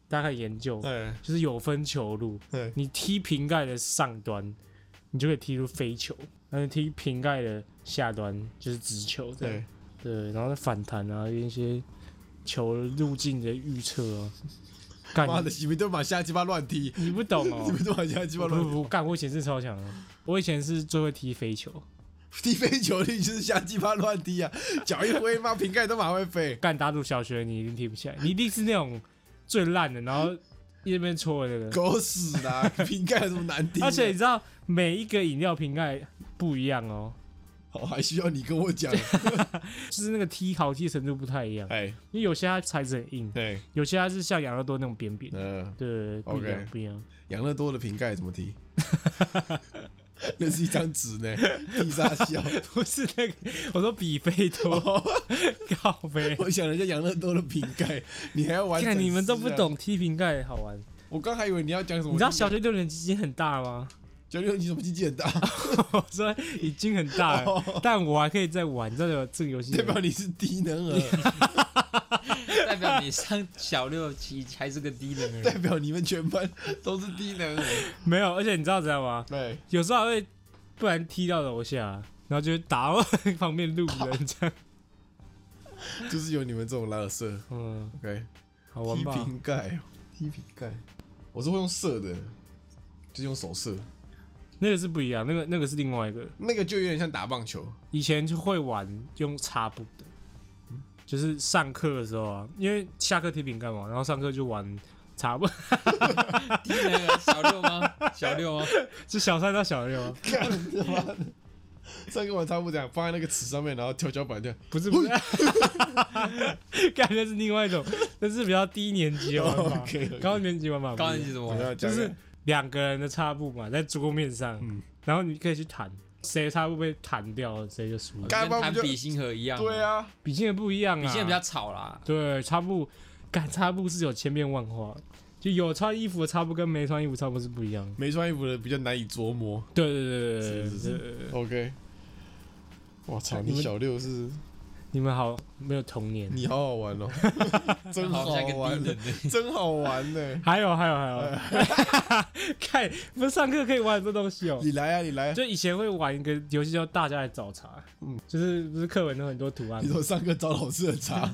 [SPEAKER 2] 大概研究，
[SPEAKER 4] 对
[SPEAKER 2] 就是有分球路，
[SPEAKER 4] 对，
[SPEAKER 2] 你踢瓶盖的上端，你就可以踢出飞球；但是踢瓶盖的下端就是直球，这样
[SPEAKER 4] 对，
[SPEAKER 2] 对，然后再反弹啊，一些球路径的预测啊。干
[SPEAKER 4] 妈的，你们都把瞎鸡巴乱踢，
[SPEAKER 2] 你不懂哦
[SPEAKER 4] 你，们都把瞎鸡巴乱
[SPEAKER 2] 不不不，干！我以前是超强的，我以前是最会踢飞球，
[SPEAKER 4] 踢飞球，你就是瞎鸡巴乱踢啊！脚一挥，妈瓶盖都马会飞。
[SPEAKER 2] 干打入小学你一定踢不起来，你一定是那种最烂的，然后一直边戳的那个。
[SPEAKER 4] 狗屎啦！瓶盖有什么难踢？
[SPEAKER 2] 而且你知道每一个饮料瓶盖不一样哦，
[SPEAKER 4] 哦，还需要你跟我讲？
[SPEAKER 2] 就是那个踢好踢的程度不太一样，
[SPEAKER 4] 哎，
[SPEAKER 2] 因为有些它材质很硬，
[SPEAKER 4] 对，
[SPEAKER 2] 有些它是像养乐多那种扁扁的，
[SPEAKER 4] 嗯，
[SPEAKER 2] 对，不一样
[SPEAKER 4] OK
[SPEAKER 2] 不一样。
[SPEAKER 4] 养乐多的瓶盖怎么踢？那是一张纸呢，踢啥笑？
[SPEAKER 2] 不是那个，我说比菲多，靠背。
[SPEAKER 4] 我想人家养乐多的瓶盖，你还要玩？
[SPEAKER 2] 看你们都不。懂踢瓶盖好玩，
[SPEAKER 4] 我刚还以为你要讲什么。
[SPEAKER 2] 你知道小学六年级已经很大吗？
[SPEAKER 4] 小六年级什么鸡鸡很大？
[SPEAKER 2] 我说已经很大了，但我还可以再玩，你知道这个游戏
[SPEAKER 4] 代表你是低能儿，
[SPEAKER 3] 代表你上小六期还是个低能儿。
[SPEAKER 4] 代表你们全班都是低能儿。
[SPEAKER 2] 没有，而且你知道怎样吗？
[SPEAKER 4] 对，
[SPEAKER 2] 有时候还会不然踢到楼下，然后就打到旁边路人这样。
[SPEAKER 4] 就是有你们这种垃圾。
[SPEAKER 2] 嗯，
[SPEAKER 4] OK，
[SPEAKER 2] 好玩吧？
[SPEAKER 4] 踢瓶盖，踢瓶盖，我是会用射的，就是用手射，
[SPEAKER 2] 那个是不一样，那个那个是另外一个。
[SPEAKER 4] 那个就有点像打棒球。
[SPEAKER 2] 以前就会玩用擦布的，就是上课的时候啊，因为下课踢饼干嘛，然后上课就玩擦布。
[SPEAKER 3] 低能儿小六吗？小六吗？
[SPEAKER 2] 是小三到小六啊？
[SPEAKER 4] 干他妈的！上个晚差不多这样，放在那个尺上面，然后跳脚板这样。
[SPEAKER 2] 不是不是，感觉是另外一种，那是比较低年级的玩法。
[SPEAKER 4] OK，
[SPEAKER 2] 高年级玩法不一样，
[SPEAKER 3] 高年级怎么玩？
[SPEAKER 2] 就是两个人的擦布嘛，在桌面上，
[SPEAKER 4] 嗯
[SPEAKER 2] 然后你可以去弹，谁擦布被弹掉了，谁就输了。
[SPEAKER 3] 跟
[SPEAKER 4] 干嘛不就
[SPEAKER 3] 弹笔芯盒一样。
[SPEAKER 4] 对，啊，
[SPEAKER 2] 比现在不一样啊，
[SPEAKER 3] 笔芯比较吵啦。
[SPEAKER 2] 对，擦布，干擦布是有千变万化，就有穿衣服的擦布跟没穿衣服擦布是不一样的。
[SPEAKER 4] 没穿衣服的比较难以琢磨。
[SPEAKER 2] 对对对对对
[SPEAKER 4] 是是是
[SPEAKER 2] 对对对对
[SPEAKER 4] OK， 我操，
[SPEAKER 2] 你们
[SPEAKER 4] 你小六是，
[SPEAKER 2] 你们好没有童年。
[SPEAKER 4] 你好好玩哦，真好
[SPEAKER 3] 像一个
[SPEAKER 4] 玩
[SPEAKER 3] 低能的。
[SPEAKER 4] 真好玩呢。
[SPEAKER 2] 还有还有还有，看不是上课可以玩很多东西哦。
[SPEAKER 4] 你来啊，你来啊。
[SPEAKER 2] 就以前会玩一个游戏叫《大家来找茬》，
[SPEAKER 4] 嗯
[SPEAKER 2] 就是不是课文有很多图案吗，
[SPEAKER 4] 你说上课找老师的茬，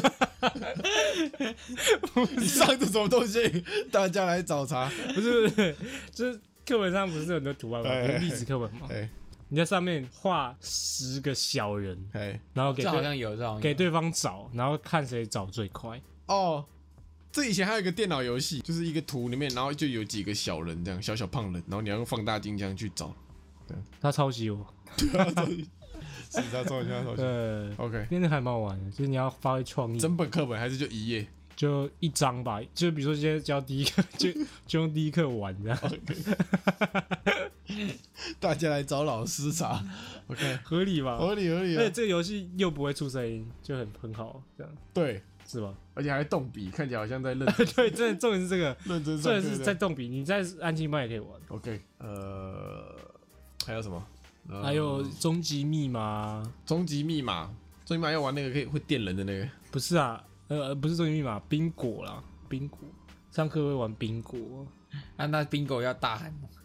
[SPEAKER 4] 你上的什么东西？大家来找茬。
[SPEAKER 2] 不是不是，就是课文上不是有很多图案吗？
[SPEAKER 4] 哎
[SPEAKER 2] 比如历史课文嘛，
[SPEAKER 4] 哎
[SPEAKER 2] 你在上面画十个小人，
[SPEAKER 4] 哎
[SPEAKER 2] 然后给对
[SPEAKER 3] 这好像有，这好像有
[SPEAKER 2] 给对方找，然后看谁找最快。
[SPEAKER 4] 哦，这以前还有一个电脑游戏，就是一个图里面，然后就有几个小人这样，小小胖人，然后你要用放大镜这样去找。
[SPEAKER 2] 他抄袭我，
[SPEAKER 4] 对啊，是他抄袭，他抄袭。
[SPEAKER 2] 对，
[SPEAKER 4] OK，
[SPEAKER 2] 那个还蛮好玩的，就是你要发挥创意，
[SPEAKER 4] 整本课本还是就一页？
[SPEAKER 2] 就一张吧，就比如说今天教第一课，就就用第一课玩这样，
[SPEAKER 4] 大家来找老师茬。OK，
[SPEAKER 2] 合理吧？
[SPEAKER 4] 合理合理啊。
[SPEAKER 2] 而且这个游戏又不会出声音，就很很好，这样
[SPEAKER 4] 对，
[SPEAKER 2] 是吧？
[SPEAKER 4] 而且还动笔，看起来好像在认
[SPEAKER 2] 对，真的重点是这个，
[SPEAKER 4] 认真上
[SPEAKER 2] 重点是
[SPEAKER 4] 课这样。
[SPEAKER 2] 在动笔，你在安静班也可以玩。
[SPEAKER 4] OK，呃，还有什么？呃
[SPEAKER 2] 还有终极密码，
[SPEAKER 4] 终极密码，终极密码要玩那个可以会电人的那个。
[SPEAKER 2] 不是啊，呃，不是终极密码，冰果啦，冰果，上课会玩冰果。
[SPEAKER 3] 啊，那 bingo 要大喊吗？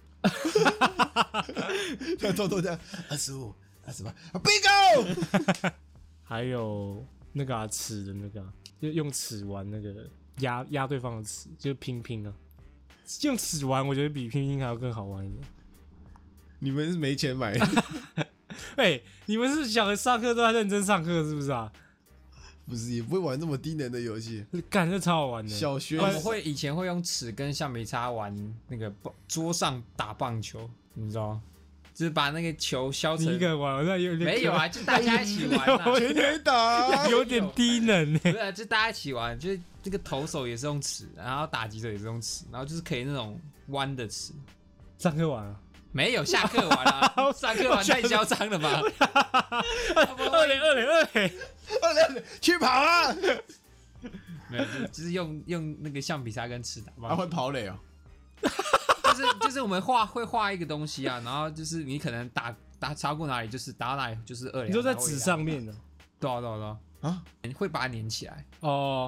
[SPEAKER 4] 他偷偷这样，二十五、二十八，bingo。
[SPEAKER 2] 还有那个啊，尺的那个、啊，就用尺玩那个压压对方的尺，就拼拼啊。用尺玩，我觉得比拼拼还要更好玩一点。
[SPEAKER 4] 你们是没钱买？
[SPEAKER 2] 哎、你们是小学上课都在认真上课是不是啊？
[SPEAKER 4] 不是，也不会玩这么低能的游戏。
[SPEAKER 2] 干，这超好玩的。
[SPEAKER 4] 小学
[SPEAKER 3] 我们会以前会用尺跟橡皮擦玩那个棒桌上打棒球，你知道吗？就是把那个球削成
[SPEAKER 2] 你一个人玩，那有点
[SPEAKER 3] 没有啊，就大家一起玩啊。
[SPEAKER 4] 全垒打。
[SPEAKER 2] 有点低能呢、
[SPEAKER 3] 不是啊，就大家一起玩，就是这个投手也是用尺，然后打击手也是用尺，然后就是可以那种弯的尺。
[SPEAKER 2] 上课玩啊，
[SPEAKER 3] 没有下课玩啊，上课玩太嚣张了吧？
[SPEAKER 2] 二垒二垒二垒，
[SPEAKER 4] 去跑啊！
[SPEAKER 3] 没有，就就是用用那个橡皮擦跟尺打
[SPEAKER 4] 他
[SPEAKER 3] 棒球，
[SPEAKER 4] 会跑垒哦。
[SPEAKER 3] 就是就是我们画会画一个东西啊，然后就是你可能打打超过哪里，就是打到哪里就是二垒。
[SPEAKER 2] 你说在纸上面呢？
[SPEAKER 3] 对啊对啊对啊，
[SPEAKER 4] 啊，
[SPEAKER 3] 会把它粘起来。
[SPEAKER 2] 哦，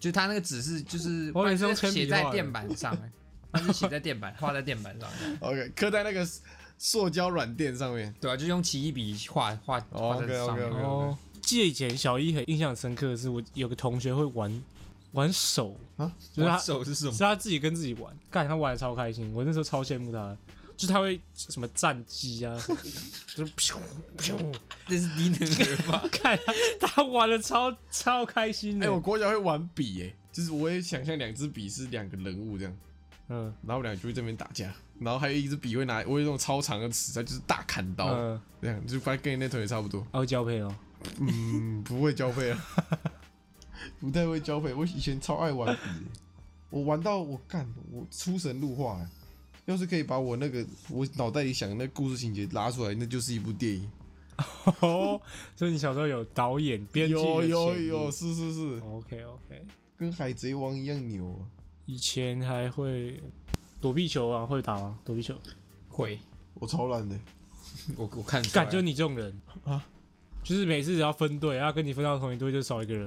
[SPEAKER 3] 就它那个纸是就是
[SPEAKER 2] 我以为是用铅笔
[SPEAKER 3] 写在
[SPEAKER 2] 画的
[SPEAKER 3] 垫板上、欸，它是写在垫板，画在垫板上的，
[SPEAKER 4] OK， 刻在那个塑胶软垫上面。
[SPEAKER 3] 对啊，就用奇异笔画画画在上面。
[SPEAKER 4] OK，OK，OK，OK
[SPEAKER 2] 哦，记得以前小一很印象很深刻的是，我有个同学会玩玩手
[SPEAKER 4] 啊，
[SPEAKER 2] 就是他
[SPEAKER 3] 玩手是什么
[SPEAKER 2] 是？他自己跟自己玩，干他玩的超开心，我那时候超羡慕他的，就是他会什么战机啊，就是噗噗，
[SPEAKER 3] 这是低能儿吧？
[SPEAKER 2] 看他他玩的超超开心
[SPEAKER 4] 哎、
[SPEAKER 2] 的，
[SPEAKER 4] 我国小会玩笔，哎，就是我也想象两支笔是两个人物这样，
[SPEAKER 2] 嗯
[SPEAKER 4] 然后我俩就会这边打架，然后还有一支笔会拿，我有那种超长的尺，它就是大砍刀，
[SPEAKER 2] 嗯，
[SPEAKER 4] 这样就反正跟你那同学差不多。
[SPEAKER 2] 还会交配哦，
[SPEAKER 4] 嗯，不会交配啊，不太会交配。我以前超爱玩笔的，我玩到我干，我出神入化欸。要是可以把我那个我脑袋里想的那个故事情节拉出来，那就是一部电影。
[SPEAKER 2] 哦，所以你小时候有导演编剧的
[SPEAKER 4] 有有
[SPEAKER 2] 潜力
[SPEAKER 4] 有，是是是，
[SPEAKER 2] ，OK OK，
[SPEAKER 4] 跟海贼王一样牛啊！
[SPEAKER 2] 以前还会躲避球啊，会打吗？躲避球，
[SPEAKER 3] 会，
[SPEAKER 4] 我超烂的，
[SPEAKER 3] 我我看得出来
[SPEAKER 2] 干就是你这种人
[SPEAKER 4] 啊，
[SPEAKER 2] 就是每次只要分队，然后跟你分到同一队就少一个人，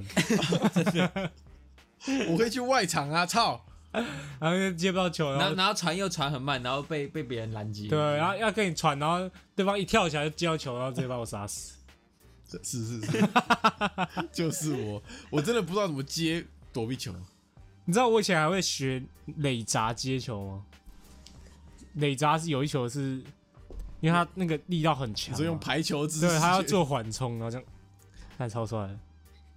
[SPEAKER 4] 我可以去外场啊！操！
[SPEAKER 2] 然后接不到球，然后
[SPEAKER 3] 然后然后传又传很慢，然后被被别人拦截。
[SPEAKER 2] 对，然后要跟你传，然后对方一跳起来就接到球，然后直接把我杀死。
[SPEAKER 4] 是是是，就是我，我真的不知道怎么接躲避球。
[SPEAKER 2] 你知道我以前还会学垒砸接球吗？垒砸是有一球是，因为他那个力道很强嘛，
[SPEAKER 4] 你说用排球姿势，
[SPEAKER 2] 对，他要做缓冲，然后这样，看超帅的。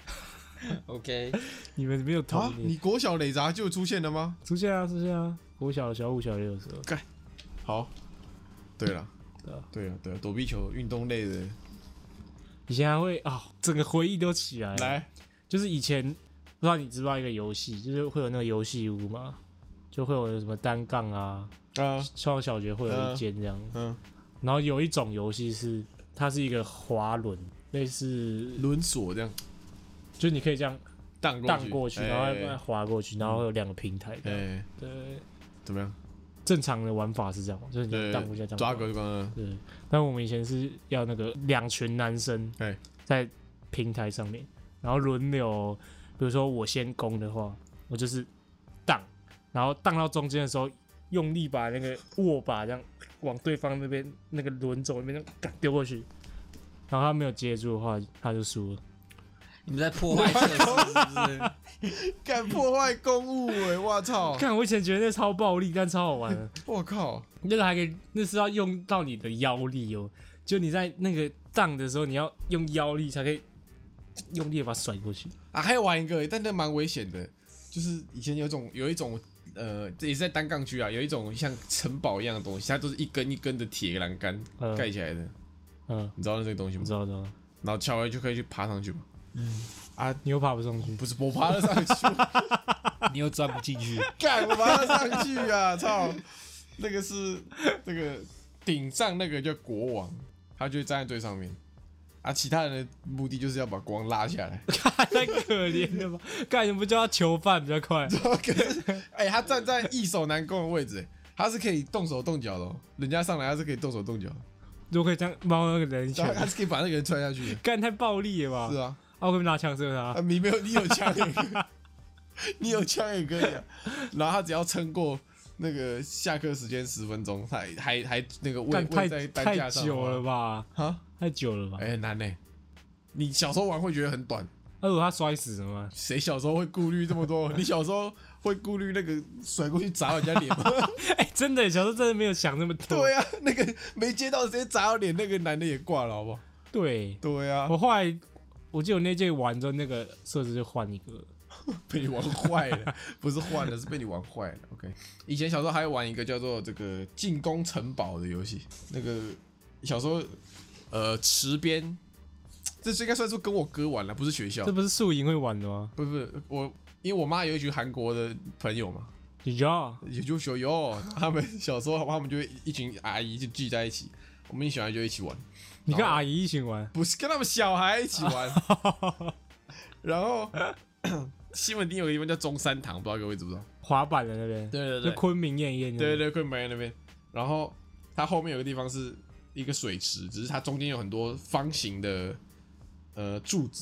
[SPEAKER 3] OK，
[SPEAKER 2] 你们没有
[SPEAKER 4] 啊
[SPEAKER 2] 童？年、
[SPEAKER 4] 你国小垒砸就出现了吗？
[SPEAKER 2] 出现啊，出现啊！国小、小五、小六的时候，
[SPEAKER 4] 好，对了，
[SPEAKER 2] 对啊，
[SPEAKER 4] 对了，对了，躲避球运动类的，
[SPEAKER 2] 以前还会啊、哦，整个回忆都起来了。
[SPEAKER 4] 来，
[SPEAKER 2] 就是以前不知道你知不知道一个游戏，就是会有那个游戏屋嘛，就会有什么单杠啊，
[SPEAKER 4] 啊，
[SPEAKER 2] 上小学会有一间这样。
[SPEAKER 4] 嗯，
[SPEAKER 2] 然后有一种游戏是它是一个滑轮，类似
[SPEAKER 4] 轮锁这样
[SPEAKER 2] 就是你可以这样
[SPEAKER 4] 荡过
[SPEAKER 2] 荡过去，
[SPEAKER 4] 哎
[SPEAKER 2] 然后再滑过去，然后会有两个平台这样。
[SPEAKER 4] 哎，
[SPEAKER 2] 对，
[SPEAKER 4] 怎么样？
[SPEAKER 2] 正常的玩法是这样，就是你
[SPEAKER 4] 对
[SPEAKER 2] 荡过去这样
[SPEAKER 4] 抓
[SPEAKER 2] 滑
[SPEAKER 4] 狗就刚刚，
[SPEAKER 2] 对，但我们以前是要那个两群男生
[SPEAKER 4] 哎
[SPEAKER 2] 在平台上面，然后轮流，比如说我先攻的话，我就是荡，然后荡到中间的时候，用力把那个握把这样往对方那边那个轮轴那边这样丢过去，然后他没有接住的话，他就输了。
[SPEAKER 3] 你们在破坏设施是不是？
[SPEAKER 4] 敢破坏公物哎！我操！
[SPEAKER 2] 看我以前觉得那超暴力，但超好玩的。
[SPEAKER 4] 我靠！
[SPEAKER 2] 那个还可以，那是要用到你的腰力哦。就你在那个荡的时候，你要用腰力才可以用力地把它甩过去。
[SPEAKER 4] 啊，还有玩一个，但那蛮危险的，就是以前有一种有一种呃，这也是在单杠区啊，有一种像城堡一样的东西，它都是一根一根的铁栏杆
[SPEAKER 2] 嗯
[SPEAKER 4] 盖起来的，
[SPEAKER 2] 嗯，
[SPEAKER 4] 你知道那这个东西吗
[SPEAKER 2] 我知？道，知道。
[SPEAKER 4] 然后敲下去就可以去爬上去嘛。
[SPEAKER 3] 嗯，
[SPEAKER 4] 啊，
[SPEAKER 2] 你又爬不上去，
[SPEAKER 4] 不是我爬得上去，
[SPEAKER 3] 你又钻不进去。
[SPEAKER 4] 干我爬得上去啊！操，那个是那个顶上那个叫国王，他就会站在最上面。啊，其他人的目的就是要把国王拉下来。
[SPEAKER 2] 太可怜了吧？干你不叫他囚犯比较快？
[SPEAKER 4] 可是，哎、他站在易守难攻的位置、哎，他是可以动手动脚的、哦，人家上来他是可以动手动脚的，
[SPEAKER 2] 如果可以这样猫那个人一拳，
[SPEAKER 4] 他他是可以把那个人踹下去的。
[SPEAKER 2] 干太暴力了吧？
[SPEAKER 4] 是啊，
[SPEAKER 2] 啊，我可不可以拿枪射他
[SPEAKER 4] 啊，？你没有，你有枪也可以，你有枪也可以啊。然后他只要撑过那个下课时间十分钟，他还还还那个位
[SPEAKER 2] 干太
[SPEAKER 4] 位在担
[SPEAKER 2] 太
[SPEAKER 4] 架上
[SPEAKER 2] 久了吧？
[SPEAKER 4] 啊，
[SPEAKER 2] 太久了吧？
[SPEAKER 4] 哎、很难呢、你小时候玩会觉得很短，
[SPEAKER 2] 那如果他摔死了吗？
[SPEAKER 4] 谁小时候会顾虑这么多？你小时候会顾虑那个甩过去砸人家脸吗？
[SPEAKER 2] 哎，真的，小时候真的没有想那么多。
[SPEAKER 4] 对啊，那个没接到直接砸到脸，那个男的也挂了，好不好？
[SPEAKER 2] 对，
[SPEAKER 4] 对啊，
[SPEAKER 2] 我后来我记得我那届玩之后，那个设置就换一个。
[SPEAKER 4] 被你玩坏了，不是换了，是被你玩坏了。OK， 以前小时候还玩一个叫做这个进攻城堡的游戏，那个小时候呃池边，这是应该算是跟我哥玩了，不是学校
[SPEAKER 2] 这，不是宿营会玩的吗？
[SPEAKER 4] 不是不是我，因为我妈有一群韩国的朋友嘛，
[SPEAKER 2] 有，
[SPEAKER 4] 也就有有，他们小时候他们就会一群阿姨就聚在一起，我们一小孩就一起玩，
[SPEAKER 2] 你跟阿姨一起玩，
[SPEAKER 4] 不是跟他们小孩一起玩，然后西门町有个地方叫中山堂，不知道各位知不知道？
[SPEAKER 2] 滑板的那边，
[SPEAKER 4] 对对
[SPEAKER 2] 就昆明燕燕。
[SPEAKER 4] 对对对，昆明那边，然后它后面有个地方是一个水池，只是它中间有很多方形的呃柱子，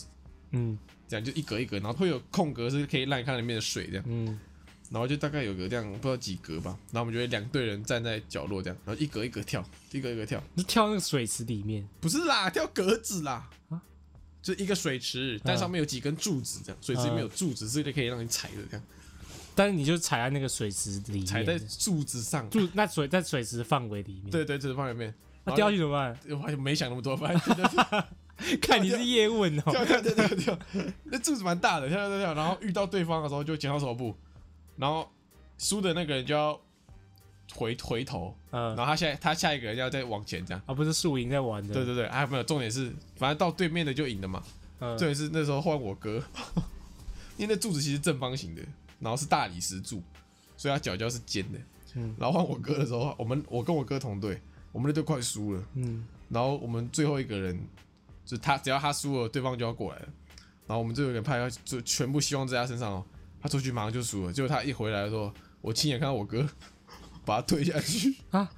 [SPEAKER 2] 嗯
[SPEAKER 4] 这样就一格一格，然后会有空格是可以让你看到里面的水这样，
[SPEAKER 2] 嗯，
[SPEAKER 4] 然后就大概有个这样不知道几格吧，然后我们就会两队人站在角落这样，然后一格一格跳，一格一格跳，
[SPEAKER 2] 就跳那个水池里面
[SPEAKER 4] 不是啦，跳格子啦，就一个水池，但上面有几根柱子这样，水池里面有柱子是可以让你踩的这样，
[SPEAKER 2] 但是你就踩在那个水池里面，
[SPEAKER 4] 踩在柱子上，
[SPEAKER 2] 柱那水在水池范围里面，
[SPEAKER 4] 对对，这放里面，
[SPEAKER 2] 那掉下去怎么办？
[SPEAKER 4] 我还没想那么多，反正跳
[SPEAKER 2] 看你是叶问哦，
[SPEAKER 4] 跳跳跳跳跳，那柱子蛮大的，跳跳跳跳，然后遇到对方的时候就捡好手部，然后输的那个人就要回回头，
[SPEAKER 2] 嗯
[SPEAKER 4] 然后他下他下一个人要再往前这样。
[SPEAKER 2] 啊，不是输赢在玩的，
[SPEAKER 4] 对对对，还有没有？重点是，反正到对面的就赢了嘛。
[SPEAKER 2] 嗯
[SPEAKER 4] 重点是那时候换我哥，因为那柱子其实正方形的，然后是大理石柱，所以它角角是尖的。
[SPEAKER 2] 嗯
[SPEAKER 4] 然后换我哥的时候，我们我跟我哥同队，我们那队快输了，
[SPEAKER 2] 嗯
[SPEAKER 4] 然后我们最后一个人，就是他只要他输了，对方就要过来了。然后我们最后一个派要就全部希望在他身上哦，他出去马上就输了。结果他一回来的时候，我亲眼看到我哥把他推下去
[SPEAKER 2] 啊，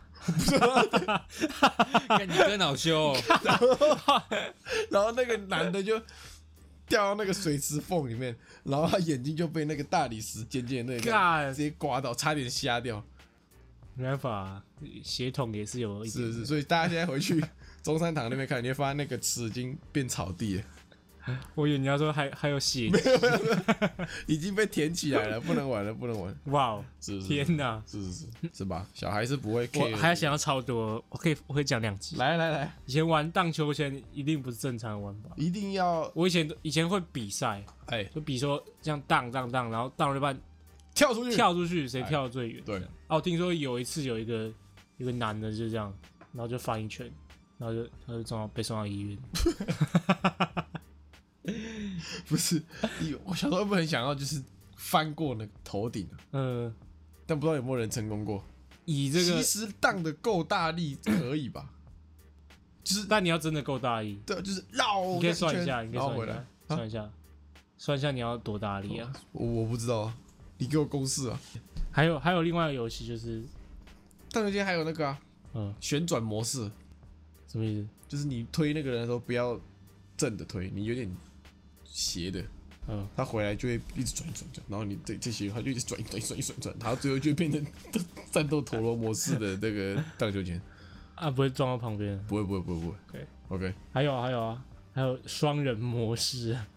[SPEAKER 3] 跟你哥恼羞、哦，
[SPEAKER 4] 然后那个男的就掉到那个水池缝里面，然后他眼睛就被那个大理石尖尖的那个
[SPEAKER 2] God
[SPEAKER 4] 直接刮到，差点瞎掉。
[SPEAKER 2] 没办法，血统也是有一点
[SPEAKER 4] 是是，所以大家现在回去中山堂那边看，你会发现那个池已经变草地了，
[SPEAKER 2] 我以为你要说还还有血，
[SPEAKER 4] 已经被填起来了，不能玩了，不能玩。
[SPEAKER 2] 哇哦，
[SPEAKER 4] 是是是
[SPEAKER 2] 天哪！
[SPEAKER 4] 是是是是吧？小孩是不会 care 的。
[SPEAKER 2] 我还想要超多，我可以我可以讲两集。
[SPEAKER 4] 来来来，
[SPEAKER 2] 以前玩荡秋千一定不是正常的玩法，
[SPEAKER 4] 一定要
[SPEAKER 2] 我以前以前会比赛，
[SPEAKER 4] 哎
[SPEAKER 2] 就比说这样荡荡荡，然后荡了一半
[SPEAKER 4] 跳出去，
[SPEAKER 2] 跳出去，谁跳得最远？
[SPEAKER 4] 对，
[SPEAKER 2] 啊，我听说有一次有一个有个男的就这样，然后就翻一圈，然后就他就撞到被送到医院。
[SPEAKER 4] 不是，我小时候会不会很想要就是翻过那个头顶啊？
[SPEAKER 2] 嗯，
[SPEAKER 4] 但不知道有没有人成功过。
[SPEAKER 2] 以这个
[SPEAKER 4] 其，实荡的够大力可以吧？就是
[SPEAKER 2] 但你要真的够大力，
[SPEAKER 4] 对，就是绕
[SPEAKER 2] 你可以算一下，你可以
[SPEAKER 4] 然后回来
[SPEAKER 2] 算一下，。算一下，算一下你要多大力啊？
[SPEAKER 4] 我我不知道啊，你给我公式啊。
[SPEAKER 2] 还有还有另外一个游戏就是，
[SPEAKER 4] 荡秋千还有那个啊，
[SPEAKER 2] 嗯，
[SPEAKER 4] 旋转模式，
[SPEAKER 2] 什么意思？
[SPEAKER 4] 就是你推那个人的时候不要正的推，你有点斜的，
[SPEAKER 2] 嗯，
[SPEAKER 4] 他回来就会一直转转转，然后你这这些他就一直转一转一转一转转，然后最后就变成战斗陀螺模式的那个荡秋千。
[SPEAKER 2] 啊，不会撞到旁边。
[SPEAKER 4] 不会不会不会不会
[SPEAKER 2] OK
[SPEAKER 4] OK，
[SPEAKER 2] 还有啊还有啊，还有双人模式啊，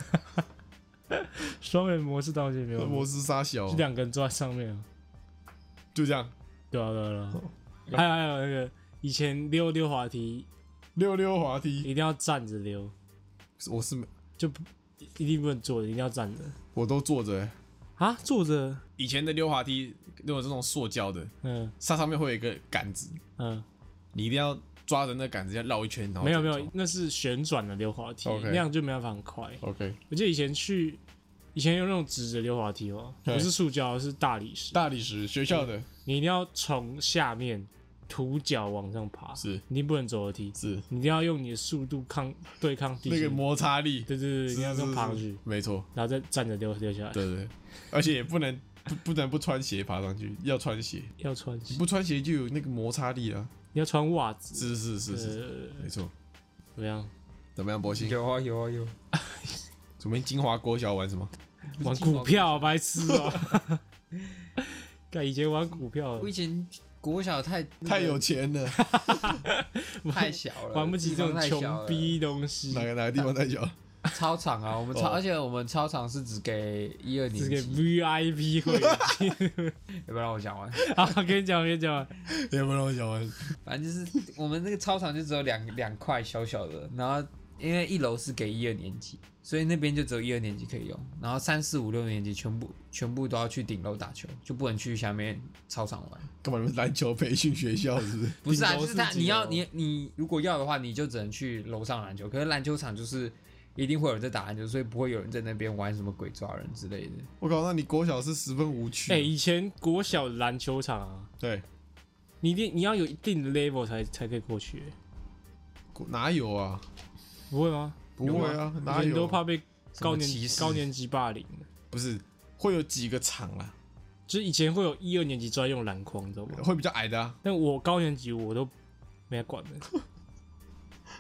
[SPEAKER 2] 双人模式到现在没有，
[SPEAKER 4] 模式杀小
[SPEAKER 2] 就两个人坐在上面啊。
[SPEAKER 4] 就这样
[SPEAKER 2] 对啊对啊对啊。还有还有那个以前溜溜滑梯
[SPEAKER 4] 溜溜滑梯，
[SPEAKER 2] 一定要站着溜，
[SPEAKER 4] 我是没
[SPEAKER 2] 就不一定不能坐着，一定要站着
[SPEAKER 4] 我都坐着、欸。
[SPEAKER 2] 啊，坐着，
[SPEAKER 4] 以前的溜滑梯如果这种塑胶的，
[SPEAKER 2] 嗯
[SPEAKER 4] 它上面会有一个杆子，
[SPEAKER 2] 嗯，
[SPEAKER 4] 你一定要抓着那个杆子要绕一圈，然后
[SPEAKER 2] 没有没有
[SPEAKER 4] 走，
[SPEAKER 2] 那是旋转的溜滑梯，
[SPEAKER 4] OK
[SPEAKER 2] 那样就没办法很快。
[SPEAKER 4] OK，
[SPEAKER 2] 我记得以前去，以前有那种直着溜滑梯哦，
[SPEAKER 4] 对
[SPEAKER 2] 不是塑胶，是大理石，
[SPEAKER 4] 大理石学校的
[SPEAKER 2] 你一定要从下面凸脚往上爬，
[SPEAKER 4] 是
[SPEAKER 2] 你一定不能走楼梯，
[SPEAKER 4] 是
[SPEAKER 2] 你一定要用你的速度抗对抗地形，
[SPEAKER 4] 那个摩擦力，
[SPEAKER 2] 对对对，一定要这样爬上去，
[SPEAKER 4] 没错，
[SPEAKER 2] 然后再站着溜溜下来，
[SPEAKER 4] 对对，对而且也不能不不能不穿鞋爬上去，要穿鞋，
[SPEAKER 2] 要穿
[SPEAKER 4] 你不穿鞋就有那个摩擦力啊。
[SPEAKER 2] 你要穿袜子，
[SPEAKER 4] 是是是是，
[SPEAKER 2] 呃，
[SPEAKER 4] 没错。
[SPEAKER 2] 怎么样？
[SPEAKER 4] 怎么样，博鑫？
[SPEAKER 3] 有啊有啊有。
[SPEAKER 4] 准备金华国小玩什么？
[SPEAKER 2] 玩股票，白痴哦！干以前玩股票
[SPEAKER 3] 我以前国小太
[SPEAKER 4] 太有钱了，
[SPEAKER 3] 太小了，
[SPEAKER 2] 玩不起这种
[SPEAKER 3] 地方太小了
[SPEAKER 2] 穷逼东西
[SPEAKER 4] 哪，个哪个地方太小？
[SPEAKER 3] 操场啊，我们操，
[SPEAKER 4] 哦
[SPEAKER 3] 而且我们操场是只给一二
[SPEAKER 2] 只给
[SPEAKER 3] 年级。
[SPEAKER 2] V I P 会员。
[SPEAKER 3] 要不要让我讲完？
[SPEAKER 2] 好，跟你讲，跟你讲，
[SPEAKER 4] 也不让我讲完。
[SPEAKER 3] 反正就是我们那个操场就只有两两块小小的，然后因为一楼是给一二年级，所以那边就只有一二年级可以用，然后三四五六年级全部全部都要去顶楼打球，就不能去下面操场玩。
[SPEAKER 4] 干嘛？你们篮球培训学校是不是？
[SPEAKER 3] 不是啊，
[SPEAKER 2] 顶楼
[SPEAKER 3] 就是他
[SPEAKER 2] 是几楼
[SPEAKER 3] 你要你你如果要的话，你就只能去楼上篮球，可是篮球场就是一定会有人在打篮球，所以不会有人在那边玩什么鬼抓人之类的。
[SPEAKER 4] 我靠，那你国小是十分无趣。
[SPEAKER 2] 哎、以前国小篮球场啊，
[SPEAKER 4] 对，
[SPEAKER 2] 你一定你要有一定的 level 才才可以过去、
[SPEAKER 4] 哪有啊？
[SPEAKER 2] 不会吗？
[SPEAKER 4] 不会啊，
[SPEAKER 2] 以
[SPEAKER 4] 哪有？
[SPEAKER 2] 前都怕被高年
[SPEAKER 3] 什么歧视
[SPEAKER 2] 高年级霸凌，
[SPEAKER 4] 不是，会有几个场啊，
[SPEAKER 2] 就是以前会有一二年级专用篮筐，你知道吗？
[SPEAKER 4] 会比较矮的啊。
[SPEAKER 2] 但我高年级我都没来管的，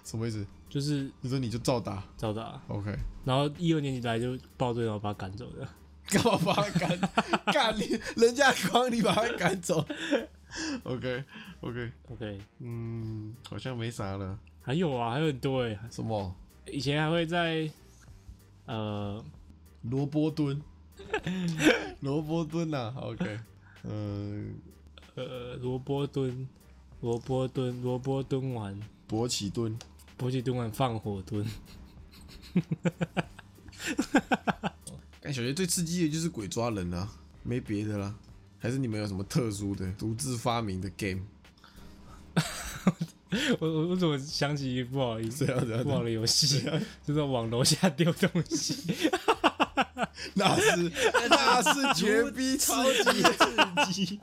[SPEAKER 4] 什么意思？
[SPEAKER 2] 就是
[SPEAKER 4] 你说你就照打
[SPEAKER 2] 照打，
[SPEAKER 4] ，OK？
[SPEAKER 2] 然后一二年级来就报队，然后把他赶走的。
[SPEAKER 4] 干嘛把他赶？干你，人家光你把他赶走。OK OK，
[SPEAKER 2] OK，
[SPEAKER 4] 嗯，好像没啥了。
[SPEAKER 2] 还有啊，还有很多哎。
[SPEAKER 4] 什么？
[SPEAKER 2] 以前还会在呃
[SPEAKER 4] 萝卜蹲，萝卜蹲呐、啊、，OK， 嗯、
[SPEAKER 2] 呃萝卜蹲，萝卜蹲，萝卜蹲完，
[SPEAKER 4] 勃起蹲，
[SPEAKER 2] 勃起蹲完放火蹲。
[SPEAKER 4] 干小学最刺激的就是鬼抓人啊，没别的啦。还是你们有什么特殊的、独自发明的 game？
[SPEAKER 2] 我我我怎么想起一个不好意思
[SPEAKER 4] 这样这样
[SPEAKER 2] 不好的游戏，就是往楼下丢东西。
[SPEAKER 4] 那是那是绝逼超级刺激，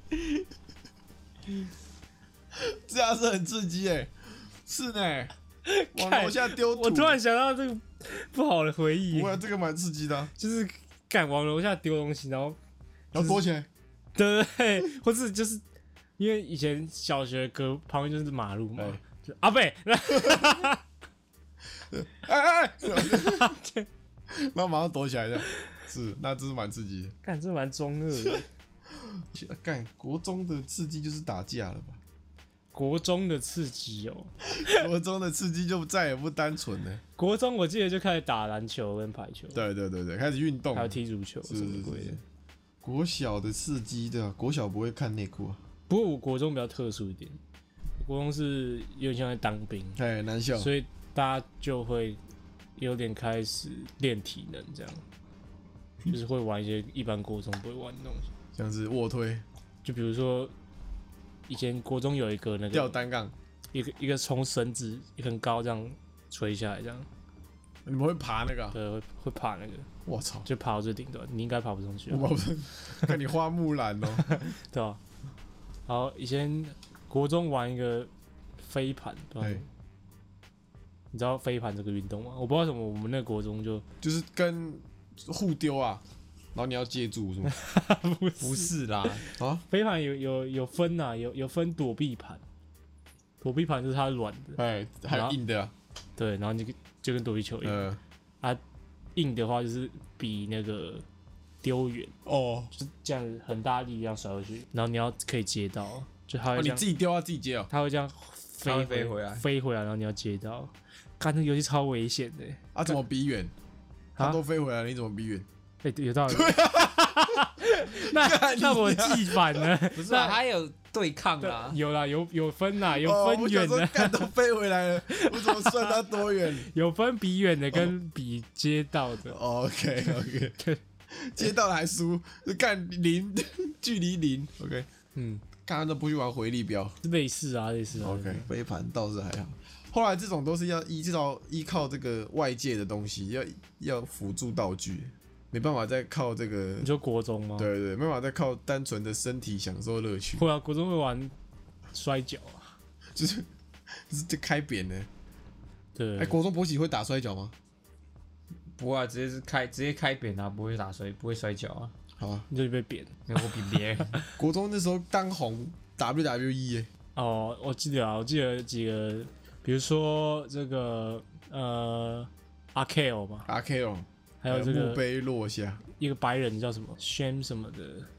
[SPEAKER 4] 这样是很刺激哎，是呢，往楼下丢土。
[SPEAKER 2] 我突然想到这个不好的回忆
[SPEAKER 4] 不，会，这个蛮刺激的、啊，
[SPEAKER 2] 就是敢往楼下丢东西，然后
[SPEAKER 4] 然后躲起来。
[SPEAKER 2] 对对对，或是就是因为以前小学隔旁边就是马路嘛，
[SPEAKER 4] 哎
[SPEAKER 2] 就阿贝，
[SPEAKER 4] 哎哎哎，然后马上躲起来的，是，那真是蛮刺激的。
[SPEAKER 2] 干这蛮中二的。
[SPEAKER 4] 干国中的刺激就是打架了吧？
[SPEAKER 2] 国中的刺激哦，
[SPEAKER 4] 国中的刺激就再也不单纯了。
[SPEAKER 2] 国中我记得就开始打篮球跟排球，
[SPEAKER 4] 对对对对，开始运动，
[SPEAKER 2] 还有踢足球
[SPEAKER 4] 是
[SPEAKER 2] 什么鬼的
[SPEAKER 4] 是是。国小的刺激对吧？国小不会看内裤啊，
[SPEAKER 2] 不过我国中比较特殊一点，国中是有点像在当兵，
[SPEAKER 4] 哎，男校，
[SPEAKER 2] 所以大家就会有点开始练体能，这样，就是会玩一些一般国中不会玩的东西，
[SPEAKER 4] 像是卧推、
[SPEAKER 2] 就比如说以前国中有一个那个
[SPEAKER 4] 吊单杠，
[SPEAKER 2] 一个一个从绳子很高这样垂下来，这样，
[SPEAKER 4] 你们会爬那个、啊？
[SPEAKER 2] 对，会会爬那个，
[SPEAKER 4] 我操！
[SPEAKER 2] 就爬到最顶端，你应该爬不上去啊，
[SPEAKER 4] 我不是看你花木兰哦，
[SPEAKER 2] 对吧？然后以前国中玩一个飞盘，不知道
[SPEAKER 4] 哎，
[SPEAKER 2] 你知道飞盘这个运动吗？我不知道为什么我们那个国中就
[SPEAKER 4] 就是跟互丢啊，然后你要接住是吗？
[SPEAKER 2] 不
[SPEAKER 3] 不是啦，
[SPEAKER 4] 啊，
[SPEAKER 2] 飞盘有有有分呐、啊，有有分躲避盘，躲避盘就是它软的，
[SPEAKER 4] 哎，还有硬的、啊，
[SPEAKER 2] 对，然后你就就跟躲避球一样，
[SPEAKER 4] 呃，
[SPEAKER 2] 啊，硬的话就是比那个丢远，
[SPEAKER 4] 哦，
[SPEAKER 2] 就是这样子很大力量甩过去，然后你要可以接到，就它
[SPEAKER 4] 哦，你
[SPEAKER 2] 会这样，
[SPEAKER 4] 自己丢要自己接哦，
[SPEAKER 2] 它会这样飞
[SPEAKER 3] 它会飞回来
[SPEAKER 2] 飞回来，然后你要接到，干这个游戏超危险的、
[SPEAKER 4] 啊，怎么比远？它都飞回来了，你怎么比远？
[SPEAKER 2] 哎、对有道理。那那我记反了，
[SPEAKER 3] 不是啊，还有对抗啦，
[SPEAKER 2] 有啦，有有分啦，有
[SPEAKER 4] 哦，
[SPEAKER 2] 分
[SPEAKER 4] 我想
[SPEAKER 2] 远的，
[SPEAKER 4] 说干都飞回来了，我怎么算它多远
[SPEAKER 2] 有分比远的跟比接到的。
[SPEAKER 4] ？OK OK，接到了还输，就干零，距离零，OK，
[SPEAKER 2] 嗯，
[SPEAKER 4] 看他都不去玩回力镖
[SPEAKER 2] 类似啊，类似啊。
[SPEAKER 4] ，OK，飞盘倒是还好。后来这种都是要依照依靠这个外界的东西，要要辅助道具，没办法再靠这个
[SPEAKER 2] 你，说国中吗？，
[SPEAKER 4] 对对，没办法再靠单纯的身体享受乐趣，
[SPEAKER 2] 会啊，国中会玩摔跤啊。
[SPEAKER 4] 就是就是就开扁了。
[SPEAKER 2] 对，
[SPEAKER 4] 哎，国中博喜会打摔跤吗？
[SPEAKER 3] 不会啊，直接是开直接开扁啊，不会打摔，不会摔跤啊，
[SPEAKER 4] 好啊，
[SPEAKER 2] 你就被扁。
[SPEAKER 3] 没有我比别人
[SPEAKER 4] 国中那时候当红 W W E 耶，
[SPEAKER 2] 哦，我记得啊，我记得几个，比如说这个呃阿 K O 嘛，
[SPEAKER 4] 阿 K 哦，
[SPEAKER 2] 还有这个
[SPEAKER 4] 墓碑落下
[SPEAKER 2] 一个白人叫什么 Sham 什么的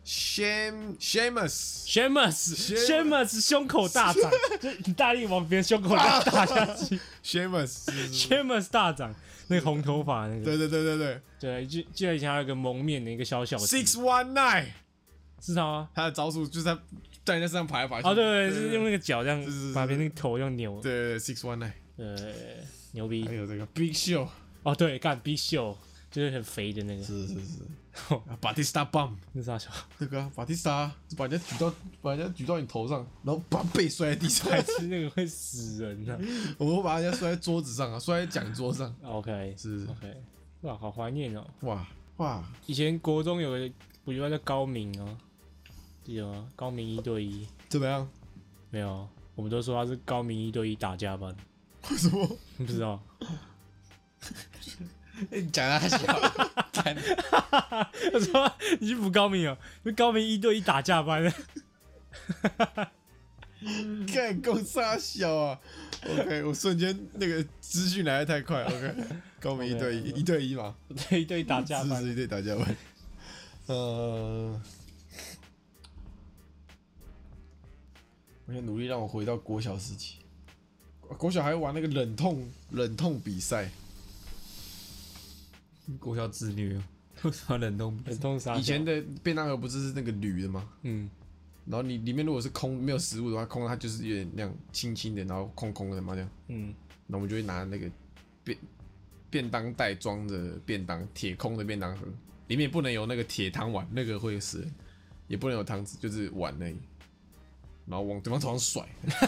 [SPEAKER 4] ，Shame Shamus，
[SPEAKER 2] ，Shamus Shamus 胸口大掌，就你大力往别人胸口打打下去
[SPEAKER 4] Shamus，
[SPEAKER 2] ，Shamus 大掌，那个红头发那个，
[SPEAKER 4] 对对对对对
[SPEAKER 2] 对，记记得以前还有一个蒙面的一个小小的
[SPEAKER 4] ，Six One Nine，
[SPEAKER 2] 是他吗？
[SPEAKER 4] 他的招数就是他在人家身上爬来爬去，
[SPEAKER 2] 哦，对对，就是用那个脚这样
[SPEAKER 4] 是是是
[SPEAKER 2] 把别人那个头用扭，
[SPEAKER 4] 对对对 Six One Nine，
[SPEAKER 2] 呃，牛逼
[SPEAKER 4] 还。有这个 Big Show，
[SPEAKER 2] 哦，对，干 Big Show 就是很肥的那个，
[SPEAKER 4] 是是是，Batista Bomb，
[SPEAKER 2] 那是啥小？
[SPEAKER 4] 那个 Batista 把人家举到把人家举到你头上，然后把背摔在地上，
[SPEAKER 2] 还吃那个会死人的、
[SPEAKER 4] 我们会把人家摔在桌子上啊，摔在讲桌上，
[SPEAKER 2] OK
[SPEAKER 4] 是是
[SPEAKER 2] OK，哇，好怀念哦。
[SPEAKER 4] 哇哇，
[SPEAKER 2] 以前国中有个补习班叫高明哦，记得吗？高明一对一
[SPEAKER 4] 怎么样？
[SPEAKER 2] 没有？我们都说他是高明一对一打架班，
[SPEAKER 4] 为什么？
[SPEAKER 2] 不知道。
[SPEAKER 3] 你讲他小，干
[SPEAKER 2] 他说你去补高明哦，因为高明一对一打架班。
[SPEAKER 4] 看够傻小啊 ！OK， 我瞬间那个资讯来的太快。OK， 跟我们一对一，
[SPEAKER 2] OK，
[SPEAKER 4] 一对一嘛，
[SPEAKER 2] 对一对打架班，
[SPEAKER 4] 是是一对打架班。呃，我想努力让我回到国小时期。国小还玩那个忍痛忍痛比赛，
[SPEAKER 3] 国小自虐，为什么冷冻？
[SPEAKER 2] 冷冻杀小。
[SPEAKER 4] 以前的便当盒不是是那个铝的吗？
[SPEAKER 2] 嗯，
[SPEAKER 4] 然后你里面如果是空没有食物的话，空的它就是有点那样轻轻的，然后空空的嘛这样。
[SPEAKER 2] 嗯，
[SPEAKER 4] 那我们就会拿那个便便当袋装着便当，铁空的便当盒，里面不能有那个铁汤碗，那个会死人，也不能有汤匙，就是碗而已。然后往对方头上甩，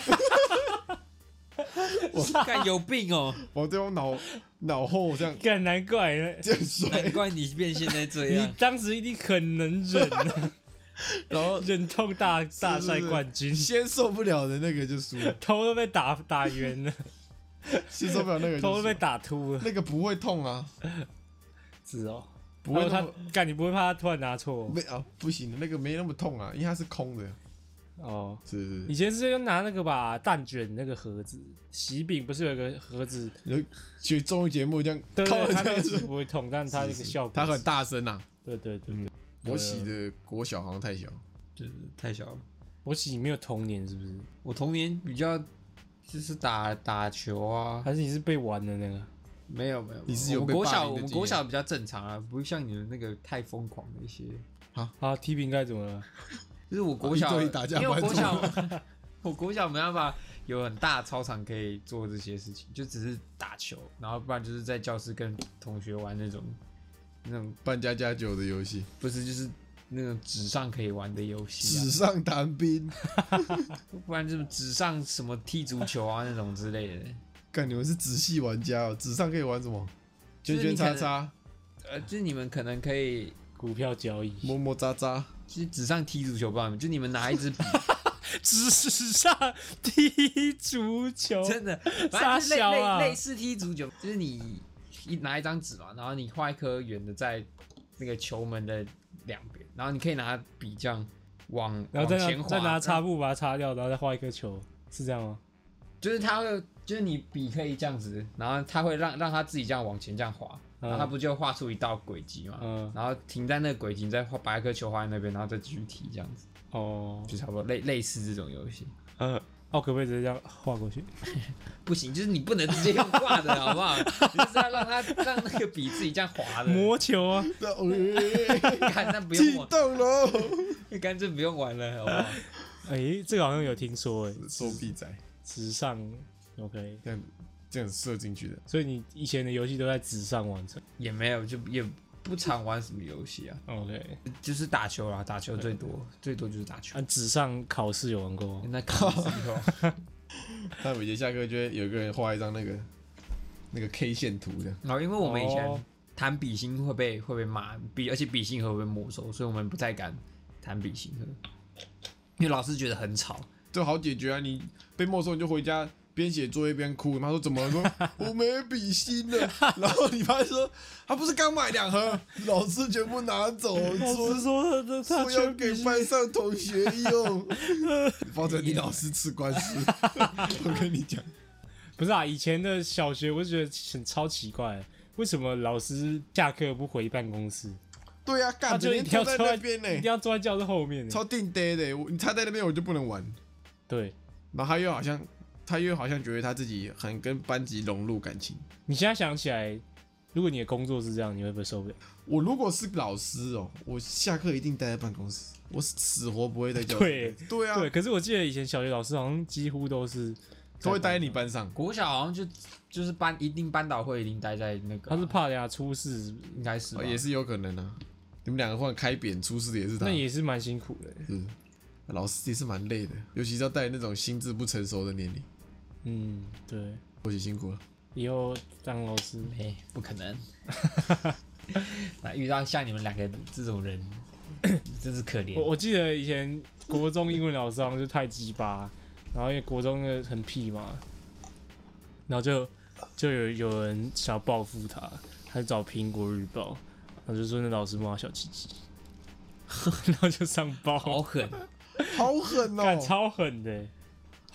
[SPEAKER 3] 看有病哦！
[SPEAKER 4] 往对方脑脑后这样
[SPEAKER 2] 干难怪呢，
[SPEAKER 4] 这样甩，
[SPEAKER 3] 难怪你变现在这
[SPEAKER 2] 你
[SPEAKER 3] 样。
[SPEAKER 2] 当时一定很能忍啊，
[SPEAKER 4] 然后
[SPEAKER 2] 忍痛大大赛冠军，
[SPEAKER 4] 先受不了的那个就输了，
[SPEAKER 2] 头都被打打圆了，
[SPEAKER 4] 先受不了那个就输了
[SPEAKER 2] 头都被打秃了。
[SPEAKER 4] 那个不会痛啊，
[SPEAKER 2] 是哦，
[SPEAKER 4] 不会
[SPEAKER 2] 他
[SPEAKER 4] 痛
[SPEAKER 2] 干你不会怕他突然拿错
[SPEAKER 4] 没啊不行的，那个没那么痛啊，因为它是空的，
[SPEAKER 2] 哦？
[SPEAKER 4] 是是
[SPEAKER 2] 以前是要拿那个吧蛋卷那个盒子，喜饼不是有个盒子？
[SPEAKER 4] 是，去综艺节目这样
[SPEAKER 2] 对对，
[SPEAKER 4] 靠着
[SPEAKER 2] 它那个是
[SPEAKER 4] 这样子，
[SPEAKER 2] 不会痛，但它那个效果，
[SPEAKER 4] 它很大声啊。
[SPEAKER 2] 对对对。
[SPEAKER 4] 嗯我洗的国小好像太小，
[SPEAKER 3] 就是太小了。
[SPEAKER 2] 我喜没有童年是不是？
[SPEAKER 3] 我童年比较就是打打球啊，
[SPEAKER 2] 还是你是被玩的那个？
[SPEAKER 3] 没有没有，
[SPEAKER 4] 你是有被
[SPEAKER 3] 我们国小我们
[SPEAKER 4] 霸凌的经验
[SPEAKER 3] 国小比较正常啊，不像你们那个太疯狂的一些。
[SPEAKER 2] 啊，踢饼该怎么了？
[SPEAKER 3] 就是我国小，
[SPEAKER 4] 一对一打架
[SPEAKER 3] 因为我国小
[SPEAKER 4] 班，
[SPEAKER 3] 我国小没办法有很大的操场可以做这些事情，就只是打球，然后不然就是在教室跟同学玩那种那种
[SPEAKER 4] 扮家家酒的游戏，
[SPEAKER 3] 不是就是那种纸上可以玩的游戏
[SPEAKER 4] 纸上谈兵。
[SPEAKER 3] 啊，不然就是纸上什么踢足球啊那种之类的。
[SPEAKER 4] 干，你们是纸系玩家哦，纸上可以玩什么？圈圈叉叉，
[SPEAKER 3] 呃，就是你们可能可以，
[SPEAKER 2] 股票交易，
[SPEAKER 4] 么么喳喳。
[SPEAKER 3] 就是纸上踢足球，不知道你们就你们拿一支笔，
[SPEAKER 2] 纸上踢足球，
[SPEAKER 3] 真的，反
[SPEAKER 2] 傻
[SPEAKER 3] 正就是类
[SPEAKER 2] 小啊！
[SPEAKER 3] 类类似踢足球，就是你一拿一张纸嘛，然后你画一颗圆的在那个球门的两边，然后你可以拿笔这样往
[SPEAKER 2] 然后再
[SPEAKER 3] 往前滑，
[SPEAKER 2] 拿再拿擦布把它擦掉，然后再画一颗球，是这样吗？
[SPEAKER 3] 就是它会，就是你笔可以这样子，然后它会让让它自己这样往前这样滑，然后它不就画出一道轨迹嘛，
[SPEAKER 2] 嗯，
[SPEAKER 3] 然后停在那个轨迹，你再画把一颗球画在那边，然后再继续踢这样子，
[SPEAKER 2] 哦，
[SPEAKER 3] 就差不多类类似这种游戏。
[SPEAKER 2] 呃，哦，可不可以直接这样画过去？
[SPEAKER 3] 不行，就是你不能直接用画的，好不好？你就是要让它让那个笔自己这样滑的。
[SPEAKER 2] 魔球啊！
[SPEAKER 3] 看那不用
[SPEAKER 4] 激
[SPEAKER 3] 玩，
[SPEAKER 4] 动了，
[SPEAKER 3] 干脆不用玩了，好不好？
[SPEAKER 2] 哎，这个好像有听说哎，
[SPEAKER 4] 作弊仔，
[SPEAKER 2] 纸上 OK，
[SPEAKER 4] 这样这样射进去的。
[SPEAKER 2] 所以你以前的游戏都在纸上完成。
[SPEAKER 3] 也没有，就也不常玩什么游戏啊，
[SPEAKER 2] OK，
[SPEAKER 3] 就是打球啦，打球最多，最多就是打球
[SPEAKER 2] 啊，。纸上考试有玩过吗？
[SPEAKER 3] 那考试以后，
[SPEAKER 4] 他每节下课就会有一个人画一张那个那个 K 线图的，
[SPEAKER 3] 然后因为我们以
[SPEAKER 2] 哦
[SPEAKER 3] 前弹笔芯会被会被骂，笔而且笔芯盒会被没收，所以我们不太敢弹笔芯盒，因为老师觉得很吵。
[SPEAKER 4] 这好解决啊！你被没收你就回家边写作业边哭。他说怎么了？说我没笔芯了。然后你爸说他不是刚买两盒，老师全部拿走，
[SPEAKER 2] 老
[SPEAKER 4] 说
[SPEAKER 2] 师说他他
[SPEAKER 4] 说要给班上同学用，否则你老师吃官司。我跟你讲，
[SPEAKER 2] 不是啊，以前的小学我就觉得很超奇怪，为什么老师下课不回办公室？
[SPEAKER 4] 对啊，
[SPEAKER 2] 他
[SPEAKER 4] 干整
[SPEAKER 2] 就一定要
[SPEAKER 4] 天坐在
[SPEAKER 2] 坐在
[SPEAKER 4] 那边呢，
[SPEAKER 2] 一定要坐在教室后面呢。
[SPEAKER 4] 超定呆的。我你插在那边我就不能玩。
[SPEAKER 2] 对，
[SPEAKER 4] 然后他又好像他又好像觉得他自己很跟班级融入感情。
[SPEAKER 2] 你现在想起来，如果你的工作是这样，你会不会受不了？
[SPEAKER 4] 我如果是老师哦，我下课一定待在办公室，我死活不会在教室。
[SPEAKER 2] 对
[SPEAKER 4] 对啊，
[SPEAKER 2] 对，可是我记得以前小学老师好像几乎都是
[SPEAKER 4] 都会待在你班上。
[SPEAKER 3] 国小好像就就是班一定班导会一定待在那个啊、
[SPEAKER 2] 他是怕人家出事，
[SPEAKER 3] 应该是吧
[SPEAKER 4] 哦也是有可能啊。你们两个忽然开扁，出事的也是他。
[SPEAKER 2] 那也是蛮辛苦的。
[SPEAKER 4] 是，老师也是蛮累的，尤其是要带那种心智不成熟的年龄，
[SPEAKER 2] 嗯，对，
[SPEAKER 4] 或许辛苦了。
[SPEAKER 2] 以后当老师，
[SPEAKER 3] 没不可能。那遇到像你们两个这种人，真是可怜
[SPEAKER 2] 我。我记得以前国中英文老师好像就太鸡巴，然后因为国中的很屁嘛，然后就就有有人想要报复他，他就找苹果日报，他就说那老师骂他小鸡鸡，然后就上报，
[SPEAKER 3] 好狠，
[SPEAKER 4] 好狠
[SPEAKER 2] 干
[SPEAKER 4] 哦！
[SPEAKER 2] 超狠的欸，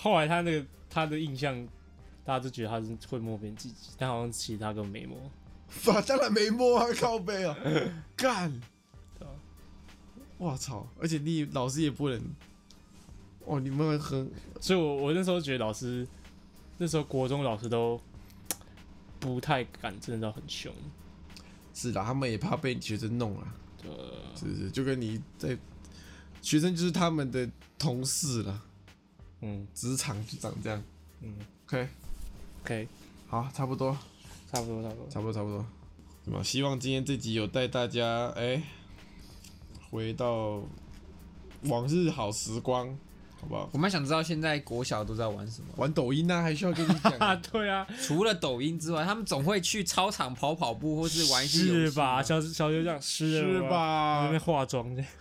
[SPEAKER 2] 后来他那个他的印象，大家都觉得他是会摸别人鸡鸡，但好像其实他根本没摸。
[SPEAKER 4] 爸当然没摸啊，靠背啊，干！
[SPEAKER 2] 对啊
[SPEAKER 4] 我操！而且你老师也不能，哦，你们很
[SPEAKER 2] 所以我我那时候觉得老师，那时候国中老师都不太敢，真的都很凶。
[SPEAKER 4] 是啦，他们也怕被学生弄啦。
[SPEAKER 2] 呃，
[SPEAKER 4] 是不是？就跟你在学生就是他们的同事啦，
[SPEAKER 2] 嗯
[SPEAKER 4] 职场就长这样。
[SPEAKER 2] 嗯
[SPEAKER 4] OK，
[SPEAKER 2] ，OK，
[SPEAKER 4] 好，差不多，
[SPEAKER 2] 差不多差不多。
[SPEAKER 4] 差不多，差不多。对吧？希望今天这集有带大家哎、回到往日好时光，好不好？
[SPEAKER 3] 我蛮想知道现在国小都在玩什么。
[SPEAKER 4] 玩抖音啊，还需要跟你讲、
[SPEAKER 2] 啊，对啊，
[SPEAKER 3] 除了抖音之外，他们总会去操场跑跑步，或是玩一些游戏
[SPEAKER 2] 是吧？小小学这样是
[SPEAKER 4] 是？
[SPEAKER 2] 在
[SPEAKER 4] 吧
[SPEAKER 2] 那边？化妆的，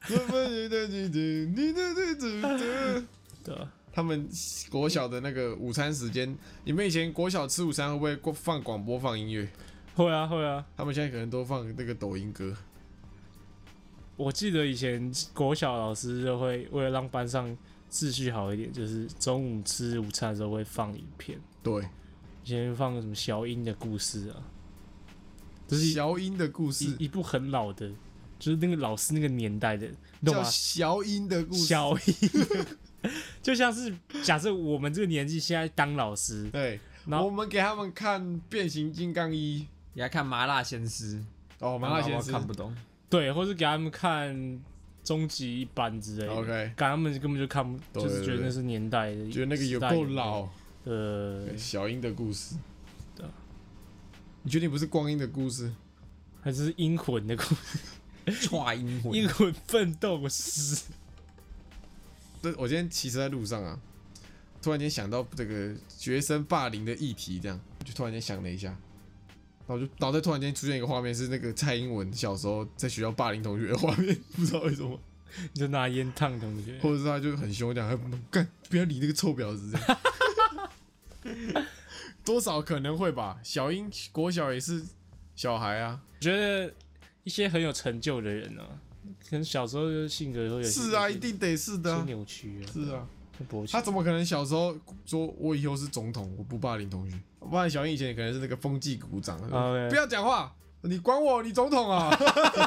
[SPEAKER 2] 对啊，
[SPEAKER 4] 他们国小的那个午餐时间，你们以前国小吃午餐会不会过放广播放音乐？
[SPEAKER 2] 会啊会啊。
[SPEAKER 4] 他们现在可能都放那个抖音歌。
[SPEAKER 2] 我记得以前国小老师就会为了让班上秩序好一点，就是中午吃午餐的时候会放影片，
[SPEAKER 4] 对，
[SPEAKER 2] 以前放什么小英的故事啊，就是一
[SPEAKER 4] 小英的故事
[SPEAKER 2] 一一部很老的，就是那个老师那个年代的，你懂
[SPEAKER 4] 叫
[SPEAKER 2] 吗？
[SPEAKER 4] 小英的故事。
[SPEAKER 2] 小英，就像是假设我们这个年纪现在当老师，
[SPEAKER 4] 对，
[SPEAKER 2] 然后
[SPEAKER 4] 我们给他们看变形金刚一
[SPEAKER 3] 你还看麻辣鲜师，
[SPEAKER 4] 哦，麻辣鲜师
[SPEAKER 3] 看不懂。
[SPEAKER 2] 对，或是给他们看终极一班之类的
[SPEAKER 4] OK
[SPEAKER 2] 干他们根本就看不，
[SPEAKER 4] 对
[SPEAKER 2] 就是觉得那是年代的，
[SPEAKER 4] 觉得那个有够老。
[SPEAKER 2] 呃，
[SPEAKER 4] 对小英的故事，
[SPEAKER 2] 对啊
[SPEAKER 4] 你确定不是光阴的故事？
[SPEAKER 2] 还是阴魂的故事，
[SPEAKER 3] 跨阴魂，
[SPEAKER 2] 阴魂奋斗师。
[SPEAKER 4] 这我今天骑车在路上啊，突然间想到这个学生霸凌的议题，这样我就突然间想了一下，然后就脑袋突然间出现一个画面，是那个蔡英文小时候在学校霸凌同学的画面，不知道为什么，
[SPEAKER 2] 你就拿烟烫同学，
[SPEAKER 4] 或者是他就很凶，这样还干不要理那个臭婊子这样，多少可能会吧？小英国小也是小孩啊，
[SPEAKER 2] 我觉得一些很有成就的人啊，可能小时候就性格会有
[SPEAKER 4] 是啊，一定得是的、
[SPEAKER 2] 些
[SPEAKER 4] 啊，
[SPEAKER 2] 扭曲啊，
[SPEAKER 4] 是啊。
[SPEAKER 2] 会勃起
[SPEAKER 4] 他怎么可能小时候说我以后是总统，我不霸凌同学？不然小英以前可能是那个风纪股长，
[SPEAKER 2] OK
[SPEAKER 4] 不要讲话，你管我，你总统啊！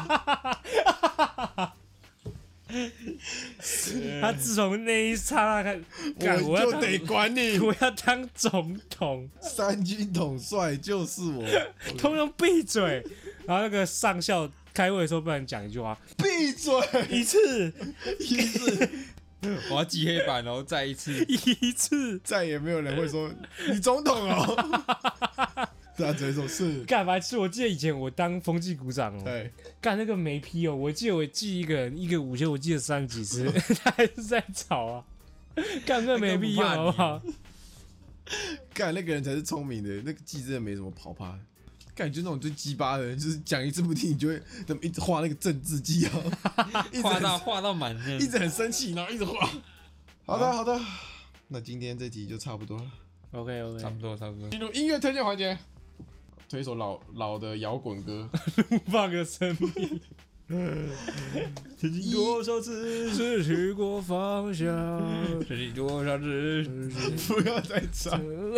[SPEAKER 2] 他自从那一刹那开始，干我要当
[SPEAKER 4] 我就得管你，
[SPEAKER 2] 我要当总统，
[SPEAKER 4] 三军统帅就是我，
[SPEAKER 2] 通通闭嘴。然后那个上校开会的时候不能讲一句话，
[SPEAKER 4] 闭嘴！
[SPEAKER 2] 一次
[SPEAKER 4] 一次
[SPEAKER 3] 我要记黑板哦，再一次。
[SPEAKER 2] 一次，
[SPEAKER 4] 再也没有人会说你总统哦，他只会说是，
[SPEAKER 2] 干白痴！我记得以前我当风纪股长哦，
[SPEAKER 4] 对，
[SPEAKER 2] 干那个没批哦，我记得我记一个人一个午休，我记得三十几次，他还是在吵啊，干那没必要好不好？
[SPEAKER 4] 干那个人才是聪明的，那个记真的没什么好怕的。感觉那种最鸡巴的人，就是讲一次不听，你就会怎么一直画那个政治记号，一直很
[SPEAKER 3] 画到画到满
[SPEAKER 4] 一直很生气，然后一直画。好的，好的，那今天这集就差不多了，
[SPEAKER 2] OK
[SPEAKER 3] 差
[SPEAKER 2] OK，
[SPEAKER 3] 不多差不多。
[SPEAKER 4] 进入音乐推荐环节，推一首老老的摇滚歌。
[SPEAKER 2] 放个生命。曾经多少次失去过方向，
[SPEAKER 3] 这里多少次？
[SPEAKER 4] 不要再唱，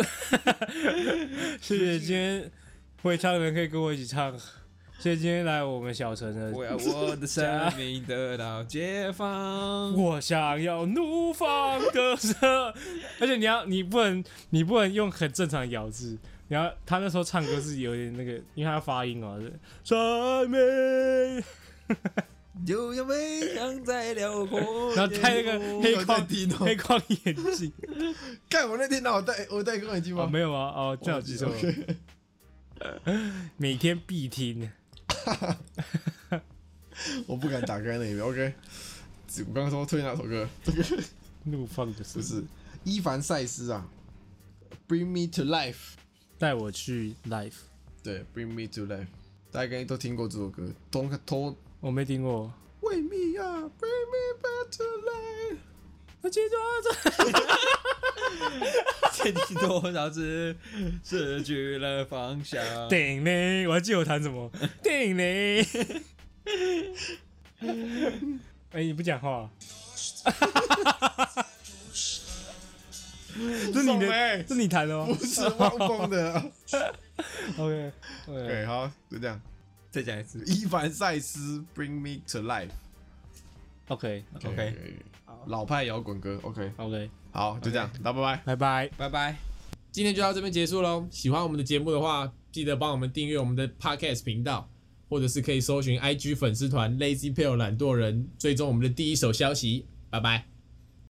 [SPEAKER 2] 谢谢今天会唱的人可以跟我一起唱。谢谢今天来我们小城的，
[SPEAKER 3] 我要我的生命得到解放。
[SPEAKER 2] 我想要怒放的声，而且你要你不能你不能用很正常的咬字，你要他那时候唱歌是有点那个，因为他要发音嘛，是山美，
[SPEAKER 3] 就像飞翔在辽阔，
[SPEAKER 2] 然后戴那个黑
[SPEAKER 4] 我在
[SPEAKER 2] 框
[SPEAKER 4] 听哦
[SPEAKER 2] 黑框眼镜，
[SPEAKER 4] 干我那天哪有戴我戴光眼镜
[SPEAKER 2] 哦
[SPEAKER 4] 吗？
[SPEAKER 2] 没有啊，哦这样记错了，
[SPEAKER 4] OK
[SPEAKER 2] 每天必听。
[SPEAKER 4] 我不敢打开那个 OK。我刚刚说推哪首歌？这个
[SPEAKER 2] 怒放的声，
[SPEAKER 4] 不是伊凡赛斯啊，Bring Me to Life。
[SPEAKER 2] 带我去 life，
[SPEAKER 4] 对，Bring Me to Life， 大家应该都听过这首歌。都都
[SPEAKER 2] 我没听过。
[SPEAKER 4] Wake me up, bring me back to life。
[SPEAKER 2] 我记住
[SPEAKER 3] 见你多少次失去了方向。
[SPEAKER 2] 顶嘞，我还记得我弹什么顶嘞。哎、你不讲话、 这你的，
[SPEAKER 4] 的，
[SPEAKER 2] 这你弹的吗
[SPEAKER 4] 不是汪峰的。
[SPEAKER 2] ？OK
[SPEAKER 4] OK， 好，就这样。
[SPEAKER 3] 再讲一次。
[SPEAKER 4] 伊凡赛斯 Bring Me to Life。
[SPEAKER 2] OK
[SPEAKER 3] OK，
[SPEAKER 4] 老派摇滚歌。OK，
[SPEAKER 2] OK，
[SPEAKER 4] 好，就这样，大家拜拜。
[SPEAKER 2] 拜拜。
[SPEAKER 3] 拜拜。
[SPEAKER 1] 今天就到这边结束喽。喜欢我们的节目的话，记得帮我们订阅我们的 Podcast 频道，或者是可以搜寻 I G 粉丝团 Lazy Pale 懒惰人，追踪我们的第一手消息。拜拜。